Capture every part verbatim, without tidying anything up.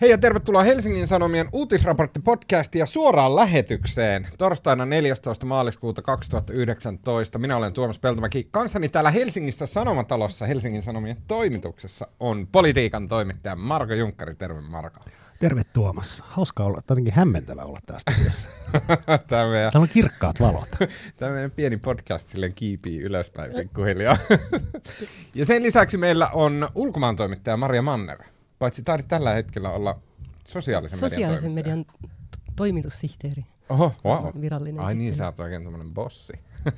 Hei ja tervetuloa Helsingin Sanomien uutisraporttipodcastiin suoraan lähetykseen torstaina neljästoista maaliskuuta kaksituhattayhdeksäntoista. Minä olen Tuomas Peltomäki. Kanssani täällä Helsingissä Sanomatalossa Helsingin Sanomien toimituksessa on politiikan toimittaja Marko Junkkari. Terve Marko. Terve Tuomas. Hauskaa olla, jotenkin hämmentävää olla täällä studiossa. Tämä meidän... Täällä on kirkkaat valot. Tämä meidän pieni podcast silleen kiipii ylöspäin pikkuhiljaa. Ja sen lisäksi meillä on ulkomaan toimittaja Maria Manner. Paitsi taidit tällä hetkellä olla sosiaalisen, sosiaalisen median, median toimitussihteeri. Oho, wow. Virallinen Ai niin, titteli. sä oot oikein tommonen bossi.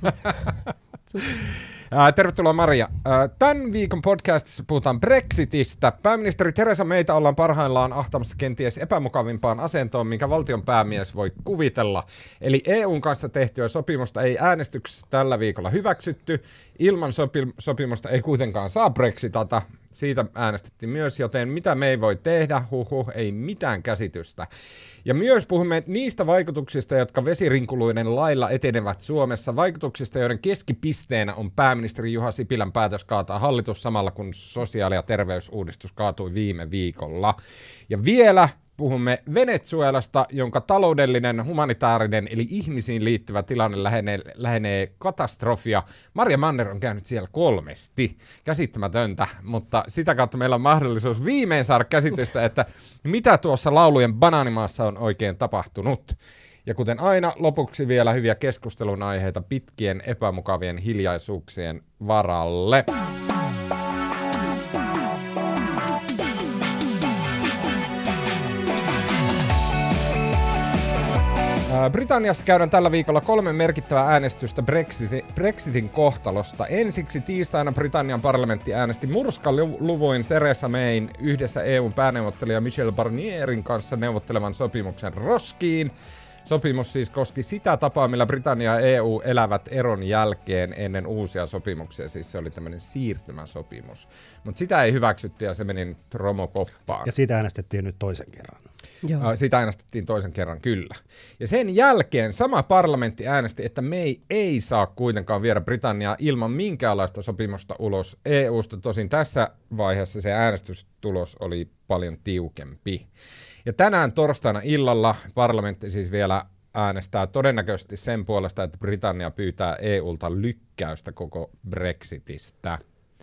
Tervetuloa Maria. Tämän viikon podcastissa puhutaan Brexitistä. Pääministeri Theresa Mayta ollaan parhaillaan ahtamassa kenties epämukavimpaan asentoon, minkä valtion päämies voi kuvitella. Eli E U:n kanssa tehtyä sopimusta ei äänestyksessä tällä viikolla hyväksytty. Ilman sopi- sopimusta ei kuitenkaan saa Brexitata. Siitä äänestettiin myös, joten mitä me ei voi tehdä? Huhhuh, ei mitään käsitystä. Ja myös puhumme niistä vaikutuksista, jotka vesirinkuluiden lailla etenevät Suomessa, vaikutuksista, joiden keskipisteenä on pääministeri Juha Sipilän päätös kaataa hallitus samalla kun sosiaali- ja terveysuudistus kaatui viime viikolla. Ja vielä puhumme Venezuelasta, jonka taloudellinen, humanitaarinen eli ihmisiin liittyvä tilanne lähenee, lähenee katastrofia. Maria Manner on käynyt siellä kolmesti. Käsittämätöntä, mutta sitä kautta meillä on mahdollisuus viimein saada käsitystä, että mitä tuossa laulujen banaanimaassa on oikein tapahtunut. Ja kuten aina, lopuksi vielä hyviä keskustelun aiheita pitkien epämukavien hiljaisuuksien varalle. Britanniassa käydään tällä viikolla kolme merkittävää äänestystä Brexitin, Brexitin kohtalosta. Ensiksi tiistaina Britannian parlamentti äänesti murskaluvuin Theresa Mayn yhdessä E U:n pääneuvottelija Michel Barnierin kanssa neuvottelevan sopimuksen roskiin. Sopimus siis koski sitä tapaa, millä Britannia ja E U elävät eron jälkeen ennen uusia sopimuksia. Siis se oli tämmöinen siirtymäsopimus. Mutta sitä ei hyväksytty ja se meni nyt romokoppaan. Ja siitä äänestettiin nyt toisen kerran. Joo. Siitä äänestettiin toisen kerran, kyllä. Ja sen jälkeen sama parlamentti äänesti, että May ei saa kuitenkaan viedä Britanniaa ilman minkäänlaista sopimusta ulos E U:sta. Tosin tässä vaiheessa se äänestystulos oli paljon tiukempi. Ja tänään torstaina illalla parlamentti siis vielä äänestää todennäköisesti sen puolesta, että Britannia pyytää E U:lta lykkäystä koko Brexitistä.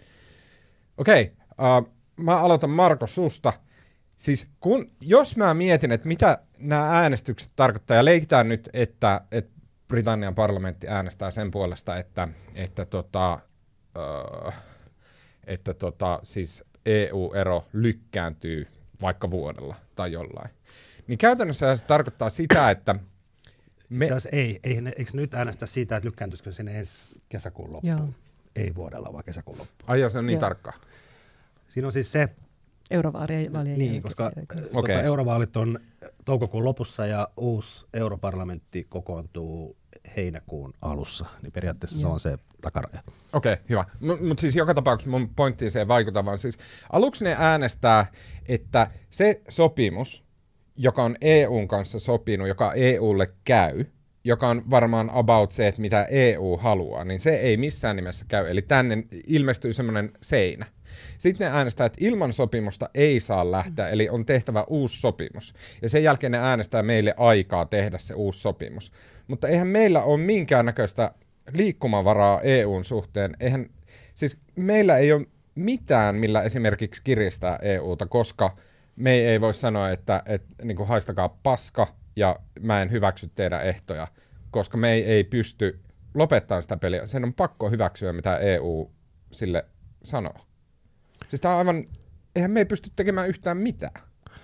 Okei, uh, mä aloitan Marko susta. Siis kun, jos mä mietin, että mitä nämä äänestykset tarkoittaa, ja leikitään nyt, että, että Britannian parlamentti äänestää sen puolesta, että, että, tota, uh, että tota, siis E U-ero lykkääntyy vaikka vuodella tai jollain, niin käytännössä se tarkoittaa sitä, että... Me... Itse asiassa ei, ei, eikö nyt äänestä siitä, että lykkääntyisikö sinne ensi kesäkuun loppuun? Joo. Ei vuodella, vaan kesäkuun loppuun. Ai se on niin Joo. tarkkaa. Siinä on siis se... Eurovaalien Niin, jälkeen. koska Okay. tuota, eurovaalit on toukokuun lopussa ja uusi europarlamentti kokoontuu heinäkuun alussa, niin periaatteessa Joo. se on se takaraja. Okei, okay, hyvä. Mutta mut siis joka tapauksessa mun pointtiin se ei vaikuta, vaan siis aluksi ne äänestää, että se sopimus, joka on E U:n kanssa sopinut, joka E U:lle käy, joka on varmaan about se, että mitä E U haluaa, niin se ei missään nimessä käy. Eli tänne ilmestyy semmoinen seinä. Sitten ne äänestää, että ilman sopimusta ei saa lähteä, eli on tehtävä uusi sopimus. Ja sen jälkeen ne äänestää meille aikaa tehdä se uusi sopimus. Mutta eihän meillä ole minkäännäköistä liikkumavaraa E U:n suhteen. Eihän, siis meillä ei ole mitään, millä esimerkiksi kiristää E U:ta, koska me ei voi sanoa, että, että niin kuin haistakaa paska ja mä en hyväksy teidän ehtoja, koska me ei, ei pysty lopettamaan sitä peliä. Sen on pakko hyväksyä, mitä E U sille sanoo. Siis tää on aivan, eihän me ei pysty tekemään yhtään mitään.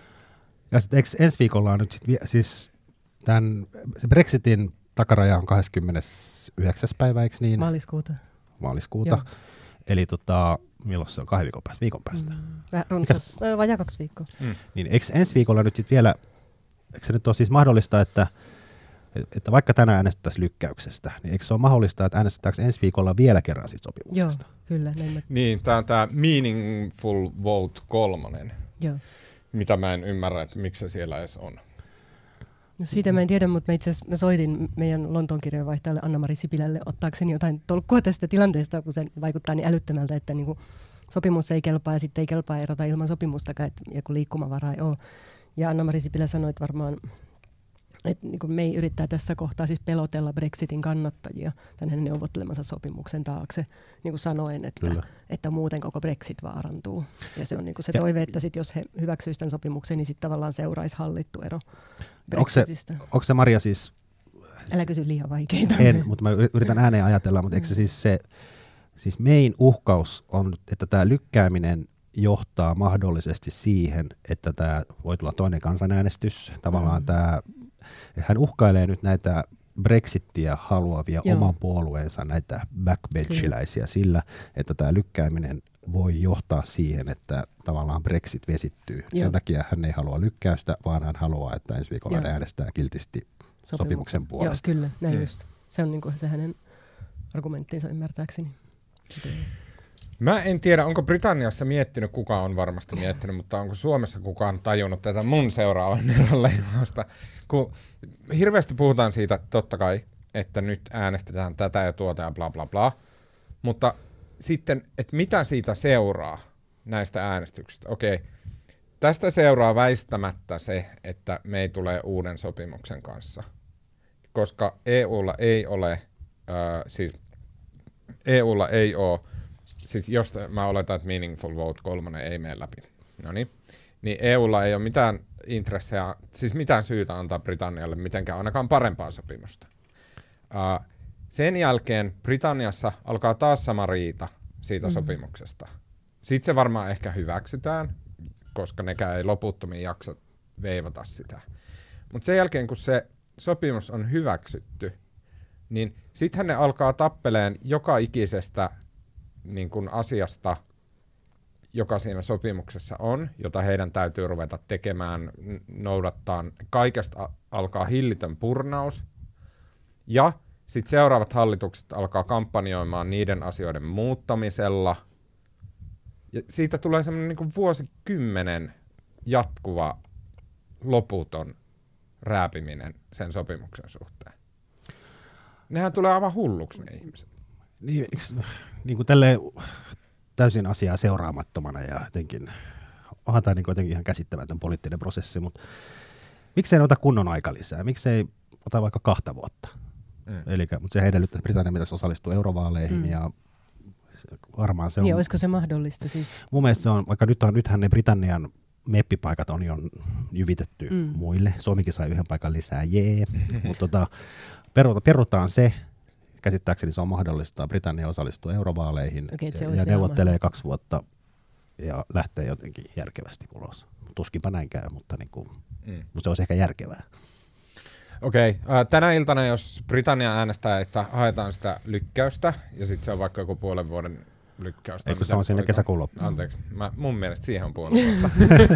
Ja sitten eikö ensi viikolla on nyt sit, siis tämän, se Brexitin takaraja on kahdeskymmenesyhdeksäs päivä, eikö niin? Maaliskuuta. Maaliskuuta. Joo. Eli tota, milloin se on? Kahden viikon päästä? Viikon päästä. Mm. Runsas, Mikä... vajaa kaksi viikkoa. Mm. Niin, eikö ensi viikolla nyt sitten vielä, eikö se nyt ole siis mahdollista, että, että vaikka tänään äänestettäisiin lykkäyksestä, niin eikö se ole mahdollista, että äänestetäänkö ensi viikolla vielä kerran siitä sopimuksesta? Joo, kyllä. Näin. Niin, tää on tää meaningful vote kolmonen, Joo. mitä mä en ymmärrä, että miksi se siellä edes on. No siitä mä en tiedä, mutta mä itse asiassa mä soitin meidän Lontoon kirjeenvaihtajalle Anna-Mari Sipilälle ottaakseni jotain tolkkua tästä tilanteesta, kun se vaikuttaa niin älyttömältä, että niinku sopimus ei kelpaa ja sitten ei kelpaa erota ilman sopimustakaan, et, ja kun liikkumavaraa ei ole. Ja Anna-Mari Sipilä sanoi, että varmaan että niin kuin me ei yrittää tässä kohtaa siis pelotella Brexitin kannattajia tämän hänen neuvottelemansa sopimuksen taakse, niin kuin sanoen, että, että muuten koko Brexit vaarantuu. Ja se on niin kuin se toive, että sit jos he hyväksyisivät tämän sopimuksen, niin sitten tavallaan seuraisi hallittu ero Brexitistä. Onko se, onko se Maria siis... Älä kysy liian vaikeita. En, mutta mä yritän ääneen ajatella, mutta eikö se siis se... Siis main uhkaus on, että tämä lykkääminen johtaa mahdollisesti siihen, että tämä voi tulla toinen kansanäänestys. Tavallaan mm. tämä... Hän uhkailee nyt näitä Brexittiä haluavia Joo. oman puolueensa, näitä backbenchiläisiä sillä, että tämä lykkääminen voi johtaa siihen, että tavallaan Brexit vesittyy. Joo. Sen takia hän ei halua lykkäystä, vaan hän haluaa, että ensi viikolla Joo. äänestää kiltisti sopimuksen, sopimuksen puolesta. Joo, kyllä, näin mm. just. Se on niinku se hänen argumenttinsa ymmärtääkseni. Mä en tiedä, onko Britanniassa miettinyt, kuka on varmasti miettinyt, mutta onko Suomessa kukaan tajunnut tätä mun seuraavan eron leimausta. Kun hirveästi puhutaan siitä, totta kai, että nyt äänestetään tätä ja tuota ja bla bla bla, mutta sitten, että mitä siitä seuraa näistä äänestyksistä? Okei, tästä seuraa väistämättä se, että me ei tule uuden sopimuksen kanssa, koska E U:lla ei ole, äh, siis E U:lla ei ole, siis jos mä oletan, että Meaningful Vote kolmonen ei mene läpi, no niin, niin E U:lla ei ole mitään intressejä, siis mitään syytä antaa Britannialle mitenkään ainakaan parempaa sopimusta. Uh, sen jälkeen Britanniassa alkaa taas sama riita siitä mm. sopimuksesta. Sitten se varmaan ehkä hyväksytään, koska nekään ei loputtomiin jaksa veivata sitä. Mutta sen jälkeen, kun se sopimus on hyväksytty, niin sittenhän ne alkaa tappeleen joka ikisestä niin kun asiasta, joka siinä sopimuksessa on, jota heidän täytyy ruveta tekemään, noudattaa. Kaikesta alkaa hillitön purnaus. Ja sitten seuraavat hallitukset alkaa kampanjoimaan niiden asioiden muuttamisella. Ja siitä tulee semmoinen niin kuin vuosikymmenen jatkuva, loputon rääpiminen sen sopimuksen suhteen. Nehän tulee aivan hulluksi ne ihmiset. Niin, niin kuin tälleen täysin asiaa seuraamattomana ja jotenkin, onhan tämä niin jotenkin ihan käsittämätön poliittinen prosessi, mutta miksei ne ota kunnon aika lisää? Miksei ota vaikka kahta vuotta? Mm. Elikkä, mutta se edellyttää, että Britannia pitäisi osallistua eurovaaleihin mm. ja varmaan se on... Niin, olisiko se mahdollista siis? Mun mielestä se on, vaikka nyt on, nythän ne Britannian meppipaikat on jo jyvitetty mm. muille. Suomikin sai yhden paikan lisää, jee. Mutta tota, perutaan se, käsittääkseni se on mahdollista. Britannia osallistuu eurovaaleihin okay, ja, ja neuvottelee kaksi vuotta ja lähtee jotenkin järkevästi ulos. Tuskinpa näin käy, mutta, niin kuin, mm. mutta se olisi ehkä järkevää. Okei, okay. Tänä iltana, jos Britannia äänestää, että haetaan sitä lykkäystä, ja sitten se on vaikka joku puolen vuoden lykkäystä. Eikö se on sinne kesäkuun loppuun? Anteeksi, mä, mun mielestä siihen on puolen vuotta.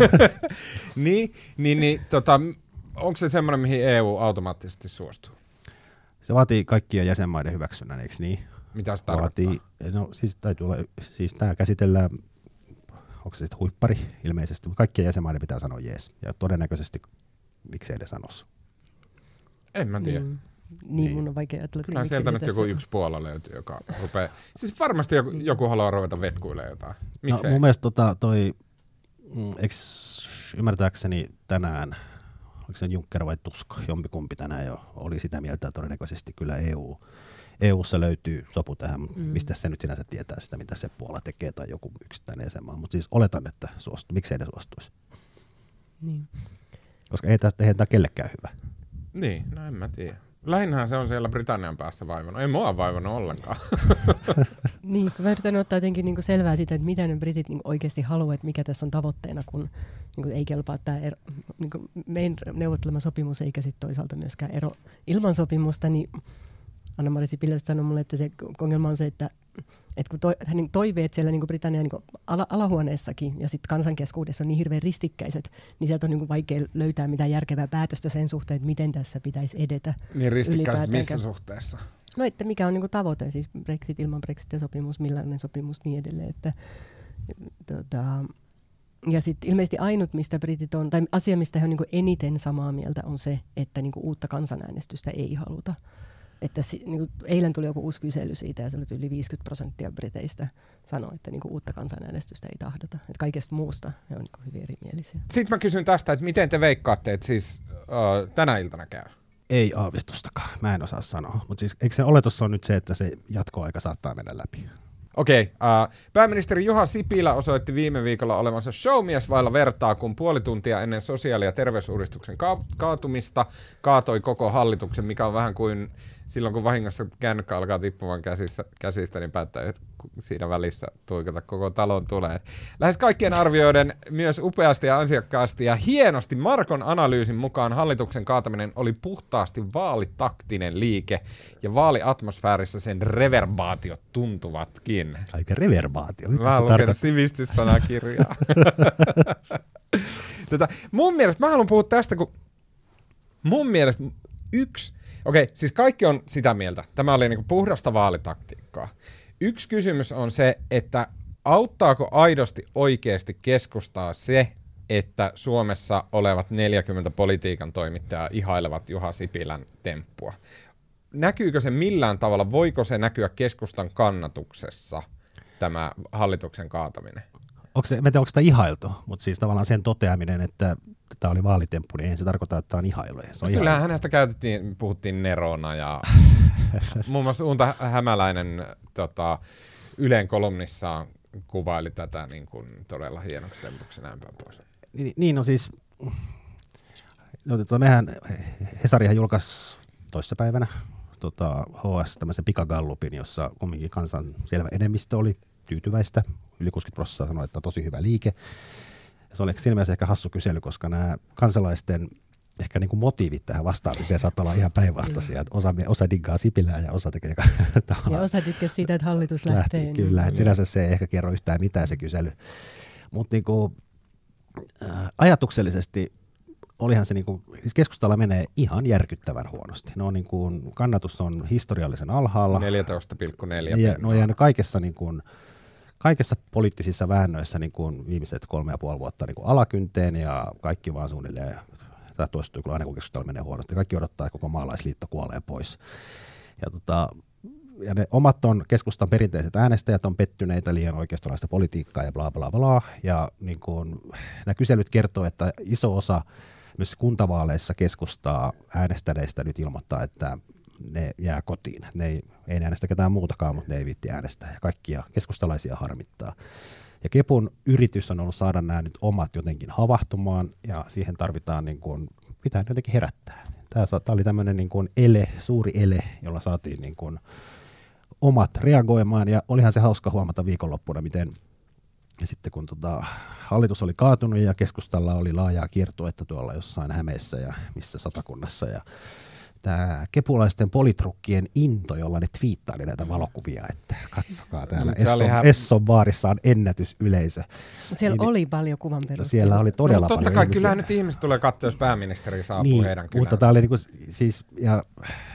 niin, niin, niin tota, onko se semmoinen, mihin E U automaattisesti suostuu? Se vaatii kaikkien jäsenmaiden hyväksynnän, eikö niin? Mitä se tarkoittaa? Vaatii, no siis täytyy olla, siis tämä käsitellään, onko se sitten huippari ilmeisesti, mutta kaikkien jäsenmaiden pitää sanoa jees. Ja todennäköisesti, miksei ne sanoisi. En mä tiedä. Mm. Niin, mun on vaikea ajatella. Kyllä sieltä nyt joku yksi Puola löytyy, joka rupeaa... Siis varmasti joku, joku haluaa ruveta vetkuilemaan jotain. Miksei? No, mun mielestä tota, toi, eikö ymmärtääkseni tänään, oliko se Juncker vai Tusk, jompikumpi tänään jo oli sitä mieltä, että todennäköisesti kyllä E U, E U:ssa löytyy sopu tähän, mm. mistä se nyt sinänsä tietää sitä, mitä se Puola tekee tai joku yksittäinen jäsenmaa. Mutta siis oletan, että suostuu. Miksei ne suostuisi? Niin. Koska ei tämä kellekään hyvä. Niin, no en mä tiedä. Lähinnähän se on siellä Britannian päässä vaivannut. Ei mua vaivannut ollenkaan. Niin, mä yritän ottaa jotenkin niinku selvää siitä, että mitä ne britit niinku oikeasti haluavat, että mikä tässä on tavoitteena, kun niinku ei kelpaa tämä ero, niinku meidän neuvottelema sopimus eikä sitten toisaalta myöskään ero ilman sopimusta, niin Anna-Mari Sipilä sanoi mulle, että se ongelma on se, että, että kun toi, hänen toiveet siellä niin Britannian niin ala, alahuoneessakin ja sitten kansankeskuudessa on niin hirveän ristikkäiset, niin sieltä on niin vaikea löytää mitään järkevää päätöstä sen suhteen, että miten tässä pitäisi edetä. Niin ristikkäiset missä suhteessa? No, että mikä on niin tavoite, siis Brexit ilman Brexit-sopimus, millainen sopimus, niin edelleen. Että, tota, ja sitten ilmeisesti ainut, mistä britit on, tai asia, mistä he on niin eniten samaa mieltä, on se, että niin uutta kansanäänestystä ei haluta. että si, niin kuin, eilen tuli joku uusi kysely siitä ja se oli yli viisikymmentä prosenttia briteistä sanoi, että niin kuin, uutta kansanäänestystä ei tahdota. Että kaikesta muusta he on niin kuin, hyvin erimielisiä. Sitten mä kysyn tästä, että miten te veikkaatte, että siis uh, tänä iltana käy? Ei aavistustakaan, mä en osaa sanoa. Mutta siis eikö se oletus on nyt se, että se jatkoaika saattaa mennä läpi? Okei, okay, uh, pääministeri Juha Sipilä osoitti viime viikolla olevansa showmies vailla vertaa, kun puoli tuntia ennen sosiaali- ja terveysuudistuksen ka- kaatumista kaatoi koko hallituksen, mikä on vähän kuin silloin, kun vahingossa kännykkä alkaa tippumaan käsistä, käsistä, niin päättää, että siinä välissä tuikata koko talon tulee. Lähes kaikkien arvioiden myös upeasti ja ansiokkaasti ja hienosti Markon analyysin mukaan hallituksen kaataminen oli puhtaasti vaalitaktinen liike ja vaaliatmosfäärissä sen reverbaatiot tuntuvatkin. Aika reverbaatio. Mä oon lukenut sivistyssanakirjaa. tota, mun mielestä, mä haluan puhua tästä, kun mun mielestä yksi Okei, siis kaikki on sitä mieltä. Tämä oli niinku puhdasta vaalitaktiikkaa. Yksi kysymys on se, että auttaako aidosti oikeasti keskustaa se, että Suomessa olevat neljäkymmentä politiikan toimittajaa ihailevat Juha Sipilän temppua. Näkyykö se millään tavalla, voiko se näkyä keskustan kannatuksessa, tämä hallituksen kaataminen? Onko se, en tiedä, onko sitä ihailtu, mutta siis tavallaan sen toteaminen, että tämä oli vaalitemppu, niin ei se tarkoita, että tämä on ihailu. Se on no kyllähän hänestä käytettiin, puhuttiin Nerona ja muun muassa Unta Hämäläinen tota, Ylen kolumnissaan kuvaili tätä niin kuin todella hienoksi tempuksi näin päin pois. Niin, niin no siis, no, tota, mehän, Hesarihan julkaisi toissapäivänä tota, H S tämmöisen pikagallupin, jossa kumminkin kansan selvä enemmistö oli tyytyväistä. Yli kuusikymmentä prosenttia sanoi, että on tosi hyvä liike. Se oli ilmeisesti ehkä hassu kysely, koska nämä kansalaisten ehkä niin kuin motiivit tähän vastaamiseen saattaa olla ihan päinvastaisia. Osa, osa diggaa Sipilää ja osa tekee... Ja osa tykkäsi siitä, että hallitus lähtee. lähtee kyllä, että sinänsä se ei ehkä kerro yhtään mitään se kysely. Mutta niin kuin, äh, ajatuksellisesti olihan se, niin kuin, siis keskustalla menee ihan järkyttävän huonosti. No, niin kuin, kannatus on historiallisen alhaalla. neljätoista pilkku neljä. Ja ne on jäänyt kaikessa... Niin kuin, Kaikissa poliittisissa väännöissä niin kuin viimeiset kolme ja puoli vuotta niin kuin alakynteen ja kaikki vaan suunnilleen, tämä toistuu kyllä aina kun keskustelu menee huonosti, kaikki odottaa, että koko maalaisliitto kuolee pois. Ja, tota, ja ne omat on keskustan perinteiset äänestäjät on pettyneitä liian oikeistolaista politiikkaa ja bla bla bla. Ja niin kuin, nämä kyselyt kertoo, että iso osa myös kuntavaaleissa keskustaa äänestäneistä nyt ilmoittaa, että ne jää kotiin. Ne ei, ei äänestä ketään muutakaan, mutta ne ei viitti äänestää. Ja kaikkia keskustalaisia harmittaa. Ja Kepun yritys on ollut saada nämä nyt omat jotenkin havahtumaan, ja siihen tarvitaan, niin kuin, pitää jotenkin herättää. Tämä, tämä oli tämmöinen niin kuin ele, suuri ele, jolla saatiin niin kuin omat reagoimaan, ja olihan se hauska huomata viikonloppuna, miten sitten kun tota, hallitus oli kaatunut, ja keskustalla oli laajaa kiertuetta tuolla jossain Hämeessä ja missä Satakunnassa, ja tämä kepulaisten politrukkien into, jolla ne twiittaili näitä valokuvia, että katsokaa täällä Esson, hän... Esson baarissa on ennätysyleisö. Siellä niin, oli paljon kuvan perusteella. Siellä oli todella no, totta paljon kai, ihmisiä. kyllähän nyt ihmiset tulee katsoa, jos pääministeri saapuu niin, heidän kyläänsä. Mutta tämä oli niinku, siis, ja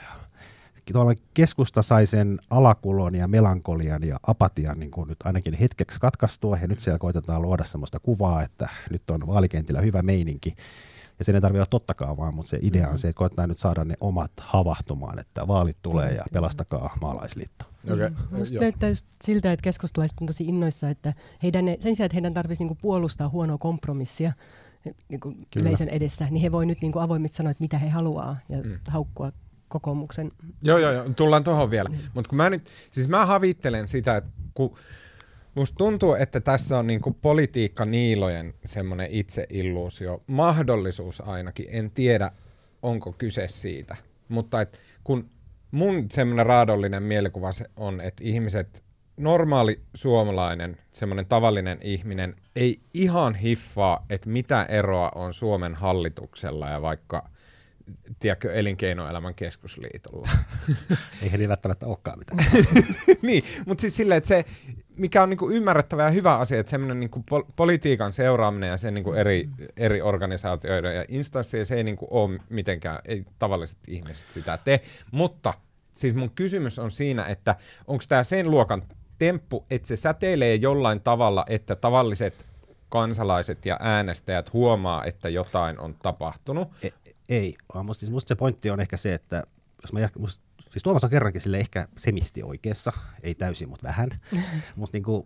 keskusta sai sen alakulon ja melankolian ja apatian niin kuin nyt ainakin hetkeksi katkaistua, ja nyt siellä koitetaan luoda sellaista kuvaa, että nyt on vaalikentillä hyvä meininki. Ja sen ei tarvitse olla tottakaan vaan, mutta se idea on se, että koetaan nyt saada ne omat havahtumaan, että vaalit tulee ja pelastakaa maalaisliitto. Okay. Minusta näyttää siltä, että keskustalaiset on tosi innoissa, että heidän, sen sijaan, että heidän tarvitsisi niinku puolustaa huonoa kompromissia niinku yleisön edessä, niin he voi nyt niinku avoimesti sanoa, että mitä he haluaa ja mm. haukkua kokoomuksen. Joo, joo, joo, tullaan tuohon vielä. Mm. Mutta kun mä nyt, siis mä havittelen sitä, että kun musta tuntuu, että tässä on niinku politiikka-niilojen semmoinen itseilluusio, mahdollisuus ainakin, en tiedä onko kyse siitä, mutta et kun mun semmoinen raadollinen mielikuva on, että ihmiset, normaali suomalainen, semmoinen tavallinen ihminen ei ihan hiffaa, että mitä eroa on Suomen hallituksella ja vaikka tiedätkö, Elinkeinoelämän keskusliitolla. Eihän niin välttämättä olekaan mitään. Niin, mutta siis silleen, että se, mikä on niinku ymmärrettävä ja hyvä asia, että semmoinen niinku pol- politiikan seuraaminen ja sen niinku eri, eri organisaatioiden ja instanssien, se ei niinku ole mitenkään, ei tavalliset ihmiset sitä tee. Mutta siis mun kysymys on siinä, että onko tämä sen luokan temppu, että se säteilee jollain tavalla, että tavalliset kansalaiset ja äänestäjät huomaa, että jotain on tapahtunut. E- ei, vaan musta, musta se pointti on ehkä se, että jos mä musta siis Tuomas on kerrankin sille ehkä semisti oikeassa, ei täysin, mutta vähän. Mutta niinku,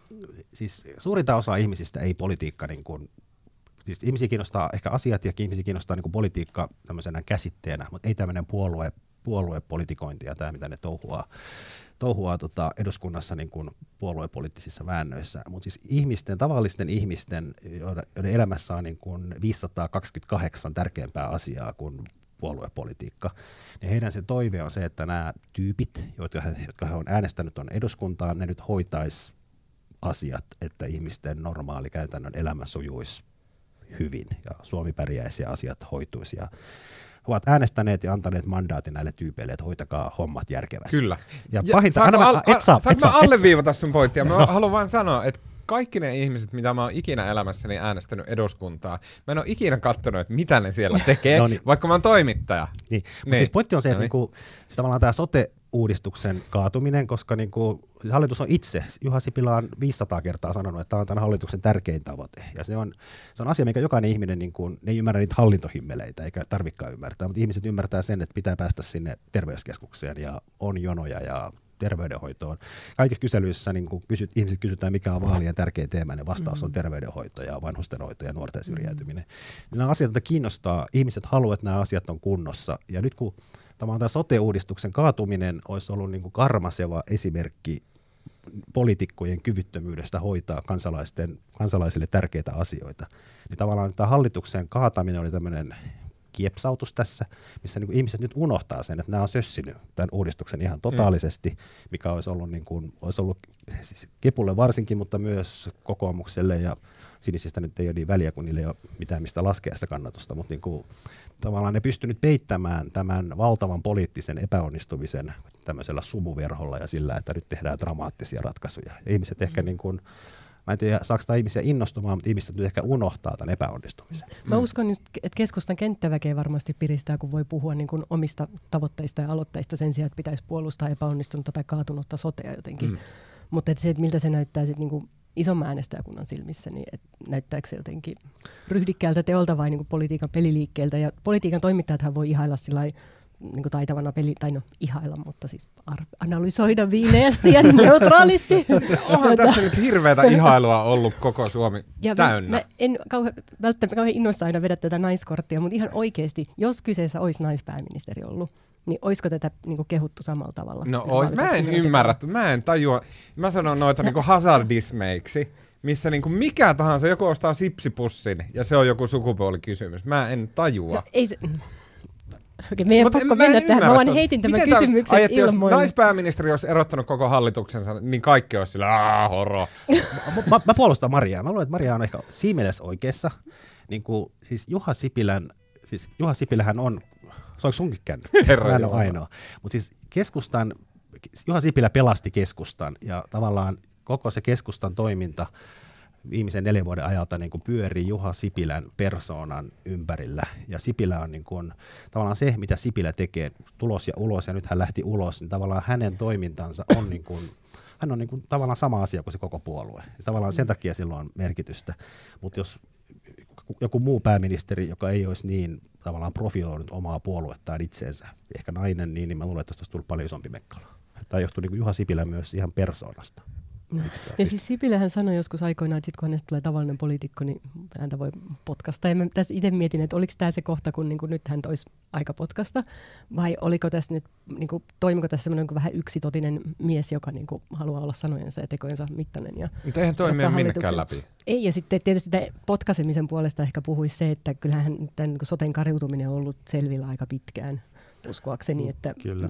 siis suurinta osaa ihmisistä ei politiikka, niinku, siis ihmisiä kiinnostaa ehkä asiat ja ihmisiä kiinnostaa niinku politiikka tämmöisenä käsitteenä, mutta ei tämmöinen puolue, puoluepolitikointi ja tämä, mitä ne touhuaa. touhua tota, eduskunnassa niin kuin puoluepoliittisissa väännöissä, mutta siis ihmisten, tavallisten ihmisten, joiden elämässä on niin kuin viisisataakaksikymmentäkahdeksan tärkeämpää asiaa kuin puoluepolitiikka, niin heidän se toive on se, että nämä tyypit, jotka he, jotka he on äänestänyt on eduskuntaan, ne nyt hoitaisi asiat, että ihmisten normaali käytännön elämä sujuisi hyvin ja Suomi pärjäisi ja asiat hoituisi. Ja ovat äänestäneet ja antaneet mandaatin näille tyypeille, että hoitakaa hommat järkevästi. Kyllä. Ja, ja pahinta, saanko mä, al- et saa, saanko et saa, mä alleviivata sun pointtia? Mä no. haluan vain sanoa, että kaikki ne ihmiset, mitä mä oon ikinä elämässäni äänestänyt eduskuntaa, mä en ole ikinä katsonut, että mitä ne siellä tekee, no niin. vaikka mä oon toimittaja. Niin. Mutta siis pointti on se, että no niin. niinku, siis tavallaan tämä sote-uudistuksen kaatuminen, koska niinku, siis hallitus on itse, Juha Sipilä on viisisataa kertaa sanonut, että tämä on tämän hallituksen tärkein tavoite. Ja se on, se on asia, mikä jokainen ihminen, niinku, ne ei ymmärrä niitä hallintohimmeleitä, eikä tarvikaan ymmärtää, mutta ihmiset ymmärtää sen, että pitää päästä sinne terveyskeskukseen ja on jonoja ja terveydenhoitoon. Kaikissa kyselyissä niin kun kysyt, ihmiset kysytään, mikä on vaalien tärkein teema, niin vastaus on terveydenhoito ja vanhustenhoito ja nuorten syrjäytyminen. Mm. Nämä asiat, joita kiinnostaa, ihmiset haluavat, että nämä asiat on kunnossa. Ja nyt kun tämä sote-uudistuksen kaatuminen olisi ollut niin kuin karmaseva esimerkki poliitikkojen kyvyttömyydestä hoitaa kansalaisten, kansalaisille tärkeitä asioita, niin tavallaan tämä hallituksen kaataminen oli tämmöinen kiepsautus tässä, missä niin kuin ihmiset nyt unohtaa sen, että nämä on sössinyt tämän uudistuksen ihan totaalisesti, mikä olisi ollut, niin kuin, olisi ollut siis Kepulle varsinkin, mutta myös kokoomukselle ja sinisistä nyt ei ole niin väliä, kun niille ei ole mitään mistä laskea sitä kannatusta, mutta niin kuin, tavallaan ne pystynyt peittämään tämän valtavan poliittisen epäonnistumisen tämmöisellä sumuverholla ja sillä, että nyt tehdään dramaattisia ratkaisuja. Ja ihmiset ehkä niin kuin, mä en tiedä, saako tämä ihmisiä innostumaan, mutta ihmiset nyt ehkä unohtaa tämän epäonnistumisen. Mä uskon, että keskustan kenttäväkeä varmasti piristää, kun voi puhua niin kuin omista tavoitteista ja aloitteista sen sijaan, että pitäisi puolustaa epäonnistunutta tai kaatunutta sotea jotenkin. Mm. Mutta se, että miltä se näyttää sit niin kuin isomman äänestäjäkunnan silmissä, niin et näyttääkö se jotenkin ryhdikkäältä teolta vai niin kuin politiikan peliliikkeeltä. Ja politiikan toimittajathan voi ihailla sillai, niin kuin taitavana peli, tai no ihailla, mutta siis ar- analysoida viileästi ja neutraalisti. Onhan tässä nyt hirveätä ihailua ollut koko Suomi ja täynnä. Mä en kauhe, välttämättä kauhean innoissa aina vedä tätä naiskorttia, mutta ihan oikeasti, jos kyseessä olisi naispääministeri ollut, niin olisiko tätä niin kuin kehuttu samalla tavalla? No ois, mä en ymmärrä, mä en tajua. Mä sanon noita niin kuin hazardismeiksi, missä niin kuin mikä tahansa, joku ostaa sipsipussin ja se on joku sukupuolikysymys. Mä en tajua. No, ei se... Okei, meidän pakko en, mennä tähän. Mä vaan heitin tämän miten kysymyksen ajat, ilmoille. Jos naispääministeri olisi erottanut koko hallituksensa, niin kaikki olisi sillä, aah, horo. mä, mä, mä puolustan Mariaa. Mä luulen, että Maria on ehkä siimeles oikeassa. Niin kuin, siis Juha Sipilän, siis Juha Sipilähän on, se onko sunkin käynyt? Mä en ole ainoa. Mutta siis keskustan, Juha Sipilä pelasti keskustan ja tavallaan koko se keskustan toiminta viimeisen neljän vuoden ajalta niin kuin pyörii Juha Sipilän persoonan ympärillä. Ja Sipilä on niin kuin, tavallaan se, mitä Sipilä tekee, tulos ja ulos, ja nyt hän lähti ulos, niin tavallaan hänen toimintansa on, niin kuin, hän on niin kuin, tavallaan sama asia kuin se koko puolue. Ja tavallaan sen takia sillä on merkitystä. Mutta jos joku muu pääministeri, joka ei olisi niin tavallaan profiloinut omaa puoluettaan itseensä, ehkä nainen, niin, niin mä luulen, että tästä olisi tullut paljon isompi mekkala. Tämä johtuu niin kuin Juha Sipilä myös ihan persoonasta. No. Ja siis Sipilähän sanoi joskus aikoinaan, että sit kun hänestä tulee tavallinen poliitikko, niin häntä voi potkasta. Ja mä tässä itse mietin, että oliko tämä se kohta, kun niin kuin nyt hän olisi aika potkasta, vai oliko tässä nyt, niin kuin, toimiko tässä semmoinen vähän yksitotinen mies, joka niin kuin haluaa olla sanojensa ja tekojensa mittainen. Ja mutta eihän toi mene minnekään läpi. Ei, ja sitten tietysti tämä potkaisemisen puolesta ehkä puhuisi se, että kyllähän tämän niin kuin soten kariutuminen on ollut selvillä aika pitkään, uskoakseni. Että, Kyllä.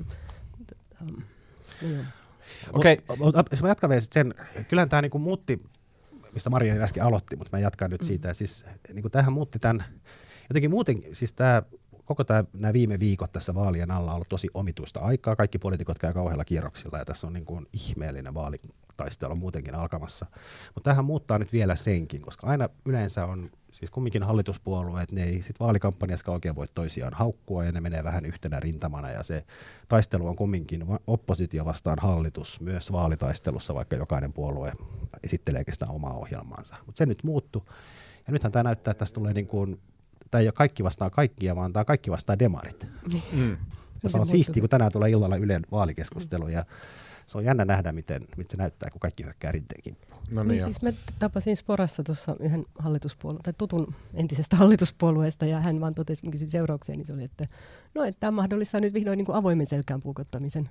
Um, no Okei. Okay. Jos mä jatkan vielä sen, kyllähän tämä niinku muutti, mistä Maria äsken aloitti, mutta mä jatkan nyt siitä. Mm. Siis, niinku tämähän muutti tämän, jotenkin muuten, siis tämä, koko tämä, nämä viime viikot tässä vaalien alla on ollut tosi omituista aikaa. Kaikki poliitikot käy kauhealla kierroksilla ja tässä on niinku ihmeellinen vaalitaistelu muutenkin alkamassa. Mutta tämähän muuttaa nyt vielä senkin, koska aina yleensä on, siis kumminkin hallituspuolueet, ne ei sit vaalikampanjassa oikein voi toisiaan haukkua ja ne menee vähän yhtenä rintamana ja se taistelu on kumminkin oppositio vastaan hallitus myös vaalitaistelussa, vaikka jokainen puolue esittelee sitä omaa ohjelmaansa. Mutta se nyt muuttui ja nythän tämä näyttää, että tässä tulee niin kuin, tämä ei ole kaikki vastaan kaikkia, vaan tämä kaikki vastaan demarit. Mm. Se on siistiä, kun tänään tulee illalla Ylen vaalikeskustelu ja se on jännä nähdä, miten, miten se näyttää, kun kaikki hyökkää Rinteen kimppuun. No niin, niin siis mä tapasin Sporassa tuossa yhden hallituspuolueen, tai tutun entisestä hallituspuolueesta, ja hän vaan totesi, kysyin seuraukseen, niin se oli, että no, että tämä mahdollistaa nyt vihdoin niin kuin avoimen selkään puukottamisen.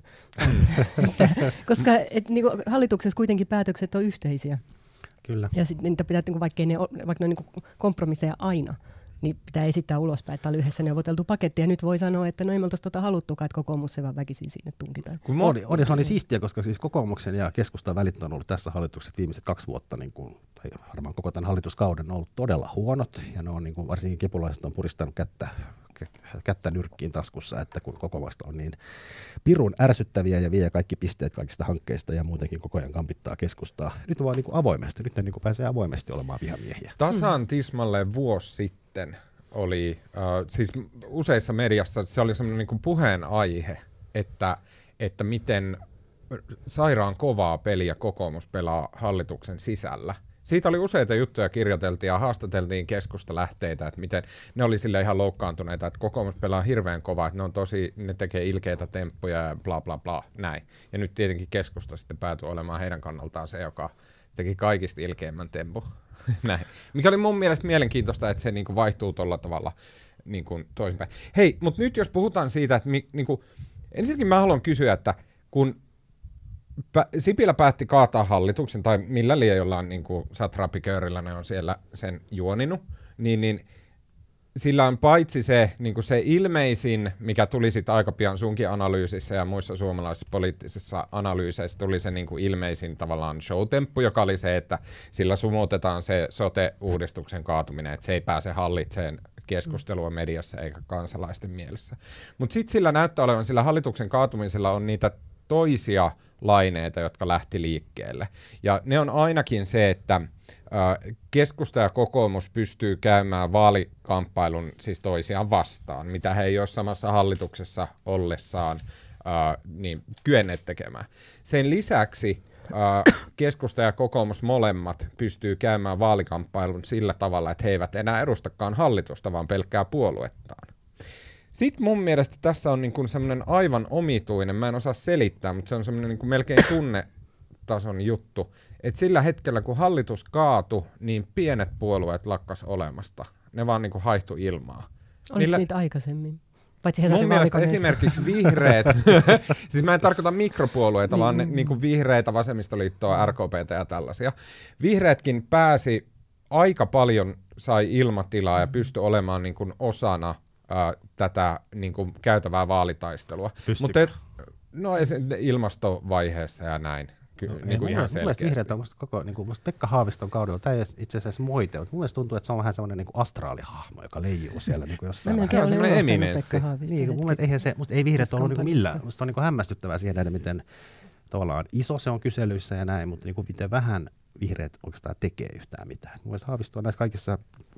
Koska et, niin kuin, hallituksessa kuitenkin päätökset on yhteisiä. Kyllä. Ja sitten niitä pitää, niin kuin, vaikka ne, vaikka ne on niin kuin kompromisseja aina, niin pitää esittää ulospäin, että oli yhdessä neuvoteltu paketti, ja nyt voi sanoa, että no ei me oltaisi tuota haluttukaan, että kokoomus se vaan väkisin sinne tunkitaan. On, on, se on niin siistiä, koska siis kokoomuksen ja keskustan välit on ollut tässä hallituksessa viimeiset kaksi vuotta, niin kuin, tai varmaan koko tämän hallituskauden on ollut todella huonot, ja ne on niin kuin, varsinkin kepulaiset on puristanut kättä, kättä nyrkkiin taskussa, että kun kokoomusta on niin pirun ärsyttäviä ja vie kaikki pisteet kaikista hankkeista ja muutenkin koko ajan kampittaa keskustaa. Nyt vaan niin kuin avoimesti, nyt ne niin kuin pääsee avoimesti olemaan vihamiehiä. Tasan tismalleen vuosi sitten oli, äh, siis useissa mediassa se oli semmoinen niin kuin puheenaihe, että, että miten sairaan kovaa peliä kokoomus pelaa hallituksen sisällä. Siitä oli useita juttuja, kirjoiteltiin ja haastateltiin keskustalähteitä, että miten ne oli sille ihan loukkaantuneita, että kokoomus pelaa hirveän kovaa, että ne on tosi, ne tekee ilkeitä temppuja ja bla bla bla, näin. Ja nyt tietenkin keskusta sitten päätyi olemaan heidän kannaltaan se, joka teki kaikista ilkeimmän tempun. Näin. Mikä oli mun mielestä mielenkiintoista, että se niinku vaihtuu tuolla tavalla niinku toisinpäin. Hei, mutta nyt jos puhutaan siitä, että mi, niinku, ensinnäkin mä haluan kysyä, että kun pä, Sipilä päätti kaataa hallituksen, tai millä liian jollain niinku satrapiköörillä ne on siellä sen juoninut, niin, niin sillä on paitsi se, niin kuin se ilmeisin, mikä tuli sitten aika pian sunkin analyysissä ja muissa suomalaisissa poliittisissa analyyseissä, tuli se niin kuin ilmeisin tavallaan showtemppu, joka oli se, että sillä sumutetaan se sote-uudistuksen kaatuminen, että se ei pääse hallitseen keskustelua mediassa eikä kansalaisten mielessä. Mutta sitten sillä näyttää olevan, sillä hallituksen kaatumisella on niitä toisia laineita, jotka lähti liikkeelle. Ja ne on ainakin se, että keskusta ja kokoomus pystyy käymään vaalikamppailun siis toisiaan vastaan, mitä he ei ole samassa hallituksessa ollessaan ää, niin kyenneet tekemään. Sen lisäksi ää, keskusta ja kokoomus molemmat pystyy käymään vaalikamppailun sillä tavalla, että he eivät enää edustakaan hallitusta, vaan pelkkää puoluettaan. Sitten mun mielestä tässä on niin semmoinen aivan omituinen, mä en osaa selittää, mutta se on semmoinen niin melkein tunnetason juttu, että sillä hetkellä kun hallitus kaatui, niin pienet puolueet lakkas olemasta. Ne vaan niin kuin haihtui ilmaa. Oliko Niillä... niitä aikaisemmin? Paitsi mun mielestä esimerkiksi vihreät, siis mä en tarkoita mikropuolueita, niin, vaan ne, niin kuin vihreitä, vasemmistoliittoa, R K P:tä ja tällaisia. Vihreätkin pääsi aika paljon, sai ilmatilaa ja pystyi olemaan niin kuin osana Ää, tätä niin kuin, käytävää vaalitaistelua. Mutta no ilmastovaiheessa ja näin. Ky- no, niin kuin ihan selkeästi. Mun mielestä vihreät on musta koko, niin kuin, musta Pekka Haaviston kaudella, tämä ei ole itse asiassa moite, mutta mun mielestä tuntuu, että se on vähän semmoinen niin kuin astraalihahmo, joka leijuu siellä niin kuin jossain. Se on semmoinen eminenssi. Niin, mun mielestä eihän se, musta ei vihreät ollut niin kuin millään. Musta on niin kuin hämmästyttävää siihen nähdä, miten tavallaan iso se on kyselyissä ja näin, mutta niin kuin miten vähän vihreät oikeastaan tekee yhtään mitään. Mun mielestä Haavisto on näissä kaikissa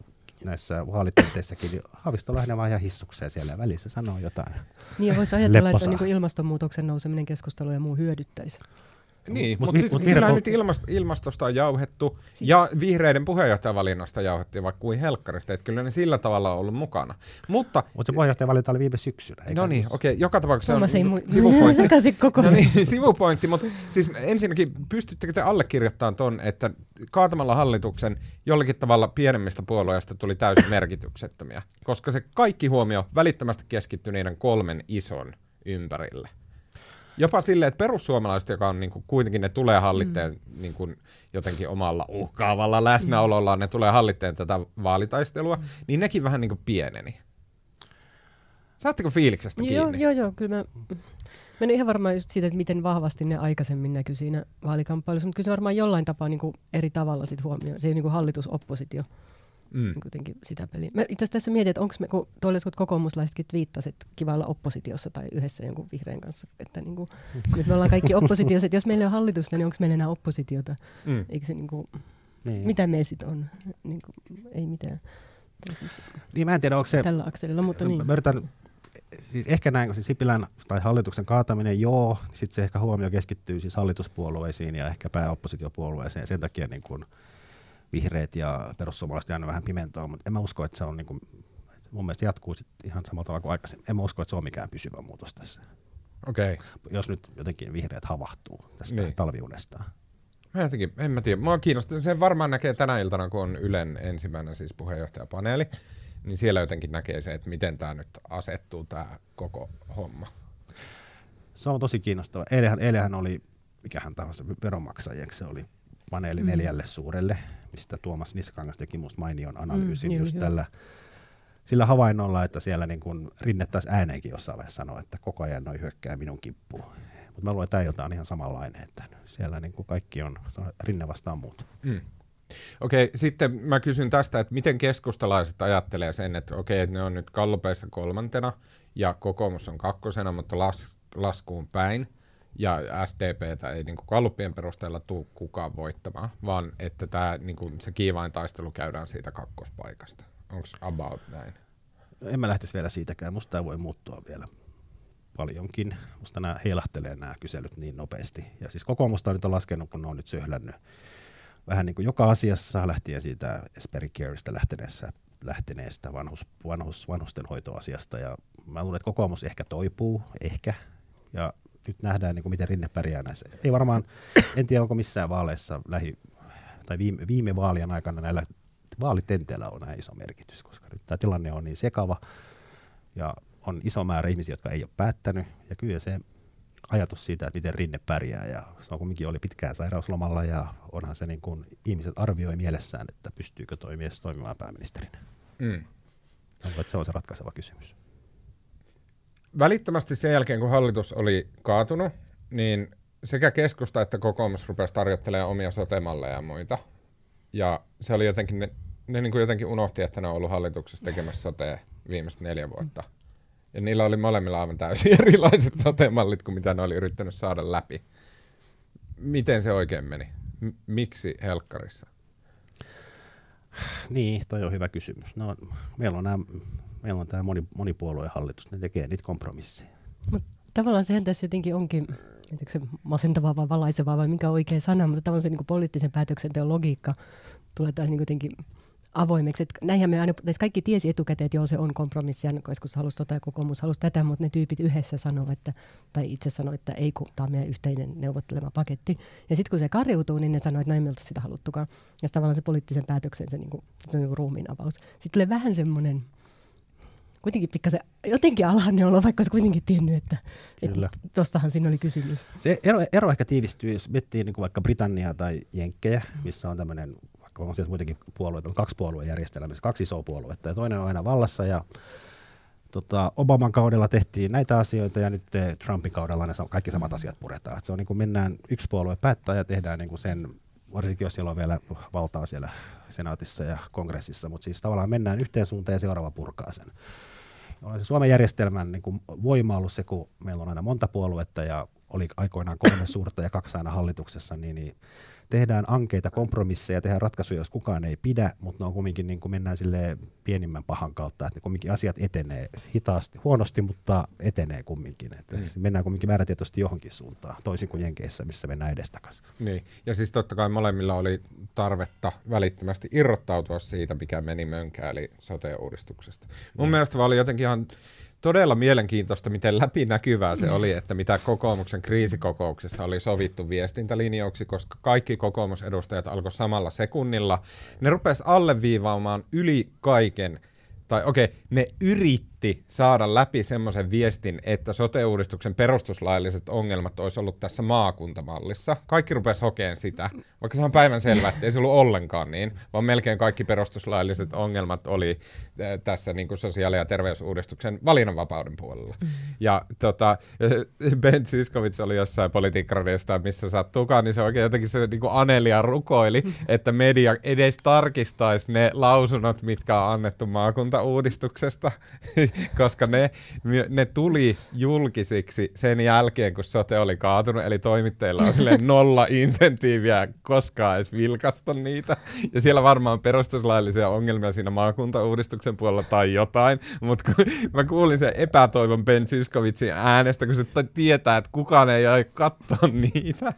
näissä vaalitenteissäkin, niin Haavisto lähinnä vaan ihan hissukseen siellä ja välissä sanoo jotain. Niin ja voisi ajatella, että niin kuin ilmastonmuutoksen nouseminen keskustelu ja muu hyödyttäisi. Niin, mutta mut siis kyllä nyt ilmast- ilmastosta on jauhettu si- ja vihreiden puheenjohtajavalinnasta jauhettiin vaikka kuin helkkarista, että kyllä ne sillä tavalla on ollut mukana. Mutta Mut se puheenjohtajavalinta oli viime syksynä. No niin, okei, okay, joka tapauksessa Tuomas on mu- sivupointti. No niin, sivupointti, mutta siis ensinnäkin pystyttekö te allekirjoittamaan ton, että kaatamalla hallituksen jollakin tavalla pienemmistä puolueista tuli täysin merkityksettömiä, koska se kaikki huomio välittömästi keskittyi niiden kolmen ison ympärille. Jopa silleen, että perussuomalaiset, joka on niin kuin, kuitenkin ne tulee hallitteen mm. niin kuin, jotenkin omalla uhkaavalla läsnäolollaan, ne tulee hallitteen tätä vaalitaistelua, mm. niin nekin vähän niin kuin pieneni. Saatteko fiiliksestä kiinni? Joo, joo, joo kyllä mä, mä en ihan varmaan just siitä, että miten vahvasti ne aikaisemmin näkyy siinä vaalikamppailussa, mutta kyllä se varmaan jollain tapaa niin kuin eri tavalla sit huomioon. Se ei niin kuin hallitusoppositio. Mm. Kuitenkin sitä peliä. Mä itse asiassa tässä mietin, että onko me, kun tuolla jotkut kokoomuslaisetkin twiittasivat, että kiva olla oppositiossa tai yhdessä jonkun vihreän kanssa, että niin kuin, nyt me ollaan kaikki oppositiossa, että jos meillä on hallitusta, niin onko meillä enää oppositiota? Mm. Eikö se niin kuin, niin. Mitä me sitten on? Niin kuin, ei mitään. Siis, niin mä en tiedä, onko se... Tällä akselilla, mutta niin. Mä yritän, siis ehkä näin, kun se Sipilän tai hallituksen kaataminen, joo, sitten se ehkä huomio keskittyy siis hallituspuolueisiin ja ehkä pääoppositiopuolueeseen ja sen takia niin kuin vihreät ja perussuomalaiset jäänyt vähän pimentoon, mutta en mä usko, että se on niin kuin, mun mielestä jatkuu sit ihan samalla tavalla kuin aikaisemmin. En mä usko, että se on mikään pysyvä muutos tässä. Okei. Jos nyt jotenkin vihreät havahtuu tästä Niin. talviunestaan. Mä jotenkin, en mä tiedä. Mua kiinnostaa. Sen varmaan näkee tänä iltana, kun on Ylen ensimmäinen siis puheenjohtajapaneeli, niin siellä jotenkin näkee se, että miten tämä nyt asettuu tämä koko homma. Se on tosi kiinnostava. Eilähän, eilähän oli, mikähän tahansa veronmaksajiksi, se oli paneeli mm. neljälle suurelle, mistä Tuomas Niskakangas teki musta mainion analyysin mm, just hyvä. tällä sillä havainnolla, että siellä niin kun Rinne taas ääneenkin jossain vaiheessa sanoi, että koko ajan noi hyökkää minun kimppuun. Mutta mä luulen, että tämä ilta on ihan samanlainen, että siellä niin kuin kaikki on Rinne vastaan muut. Mm. Okei, sitten mä kysyn tästä, että miten keskustalaiset ajattelee sen, että okei, että ne on nyt gallupeissa kolmantena ja kokoomus on kakkosena, mutta las, laskuun päin. Ja S D P:tä ei niin kuin gallupien perusteella tule kukaan voittamaan, vaan että tää, niin kuin se kiivain taistelu käydään siitä kakkospaikasta. Onko about näin? En mä lähtisi vielä siitäkään. Musta tämä voi muuttua vielä paljonkin. Musta nämä heilahtelee nämä kyselyt niin nopeasti. Ja siis kokoomusta on nyt on laskenut, kun ne on nyt söhlännyt vähän niin kuin joka asiassa lähtien siitä Esperi Careista lähteneestä, lähteneestä vanhus, vanhus, vanhustenhoitoasiasta. Ja mä luulen, että kokoomus ehkä toipuu, ehkä. Ja nyt nähdään, niin kuin miten Rinne pärjää näissä. Ei varmaan, en tiedä onko missään vaaleissa lähi, tai viime, viime vaalien aikana näillä vaalitenteillä on näin iso merkitys, koska nyt tämä tilanne on niin sekava ja on iso määrä ihmisiä, jotka ei ole päättänyt. Ja kyllä se ajatus siitä, että miten Rinne pärjää, ja se on kumminkin oli pitkään sairauslomalla, ja onhan se niin kuin ihmiset arvioi mielessään, että pystyykö toimiessa toimimaan pääministerinä. Mm. Onko, että se on se ratkaiseva kysymys. Välittömästi sen jälkeen, kun hallitus oli kaatunut, niin sekä keskusta että kokoomus rupesi tarjottelemaan omia sote-malleja ja muita. Ja se oli jotenkin, ne, ne niin kuin jotenkin unohti, että ne on ollut hallituksessa tekemässä sotea viimeiset neljä vuotta. Ja niillä oli molemmilla aivan täysin erilaiset sote-mallit kuin mitä ne oli yrittänyt saada läpi. Miten se oikein meni? M- miksi helkkarissa? Niin, toi on hyvä kysymys. No, meillä on nämä Meillä on tämä moni, monipuoluehallitus, ne tekee niitä kompromisseja. Mut tavallaan sehän tässä jotenkin onkin, en se masentavaa vai valaisevaa vai mikä on oikea sana, mutta tavallaan se niin kuin poliittisen päätöksenteon logiikka tulee taas niin jotenkin avoimeksi. Et näinhän me aina, kaikki tiesi etukäteen, että joo, se on kompromissi, ja keskusta halusi tota ja kokoomus halusi tätä, mutta ne tyypit yhdessä sanoo, että, tai itse sanoo, että ei, kun tämä on meidän yhteinen neuvottelema paketti. Ja sitten kun se karjuutuu, niin ne sanoo, että no ei me olta sitä haluttukaan. Ja tavallaan se poliittisen päätöksen se, niin kuin, se on niin kuin ruumiin avaus. Sitten tulee vähän semmoinen kuitenkin pikkasen jotenkin alhainen olo, vaikka olisi kuitenkin tiennyt, että tuostahan siinä oli kysymys. Se ero, ero ehkä tiivistyy, jos miettii niin kuin vaikka Britanniaa tai Jenkkejä, missä on tämmöinen, vaikka on siellä muitakin puolueita, on kaksi puoluejärjestelmää, kaksi isoa puoluetta, ja toinen on aina vallassa, ja tota, Obaman kaudella tehtiin näitä asioita, ja nyt Trumpin kaudella ne kaikki samat asiat puretaan. Et se on niin kuin mennään, yksi puolue päättää, ja tehdään niin kuin sen, varsinkin jos siellä on vielä valtaa siellä senaatissa ja kongressissa, mutta siis tavallaan mennään yhteen suuntaan, ja seuraava purkaa sen. On se Suomen järjestelmän niin kuin voima ollut se, kun meillä on aina monta puoluetta ja oli aikoinaan kolme suurta ja kaksi aina hallituksessa, niin, niin tehdään ankeita kompromisseja, tehdään ratkaisuja, jos kukaan ei pidä, mutta ne on kumminkin niin kuin mennään silleen pienimmän pahan kautta, että kumminkin asiat etenee hitaasti, huonosti, mutta etenee kumminkin. Että mm. mennään kumminkin määrätietoisesti johonkin suuntaan, toisin kuin Jenkeissä, missä mennään edestakaisin. Niin, ja siis totta kai molemmilla oli tarvetta välittömästi irrottautua siitä, mikä meni mönkään, eli sote-uudistuksesta. Mun mm. mielestä oli jotenkin ihan todella mielenkiintoista, miten läpinäkyvää se oli, että mitä kokoomuksen kriisikokouksessa oli sovittu viestintälinjauksi, koska kaikki kokoomusedustajat alkoi samalla sekunnilla. Ne rupesi alleviivaamaan yli kaiken, tai okei, okay, ne yritti saada läpi semmoisen viestin, että sote-uudistuksen perustuslailliset ongelmat olisi ollut tässä maakuntamallissa. Kaikki rupesi hokeen sitä, vaikka se on päivänselvää, että ei se ollut ollenkaan niin, vaan melkein kaikki perustuslailliset ongelmat oli äh, tässä niin kuin sosiaali- ja terveysuudistuksen valinnanvapauden puolella. Mm. Ja tota, Ben Zyskowicz oli jossain Politiikkaradiosta, missä sattuukaan, niin se oikein jotenkin se niin kuin Anelia rukoili, mm. että media edes tarkistaisi ne lausunnot, mitkä on annettu maakuntauudistuksesta, koska ne, ne tuli julkisiksi sen jälkeen, kun sote oli kaatunut, eli toimittajilla on silleen nolla insentiiviä koskaan edes vilkasta niitä. Ja siellä varmaan on perustuslaillisia ongelmia siinä maakuntauudistuksen puolella tai jotain, mutta kun mä kuulin sen epätoivon Ben Zyskowiczin äänestä, kun se tietää, että kukaan ei aio katsoa niitä.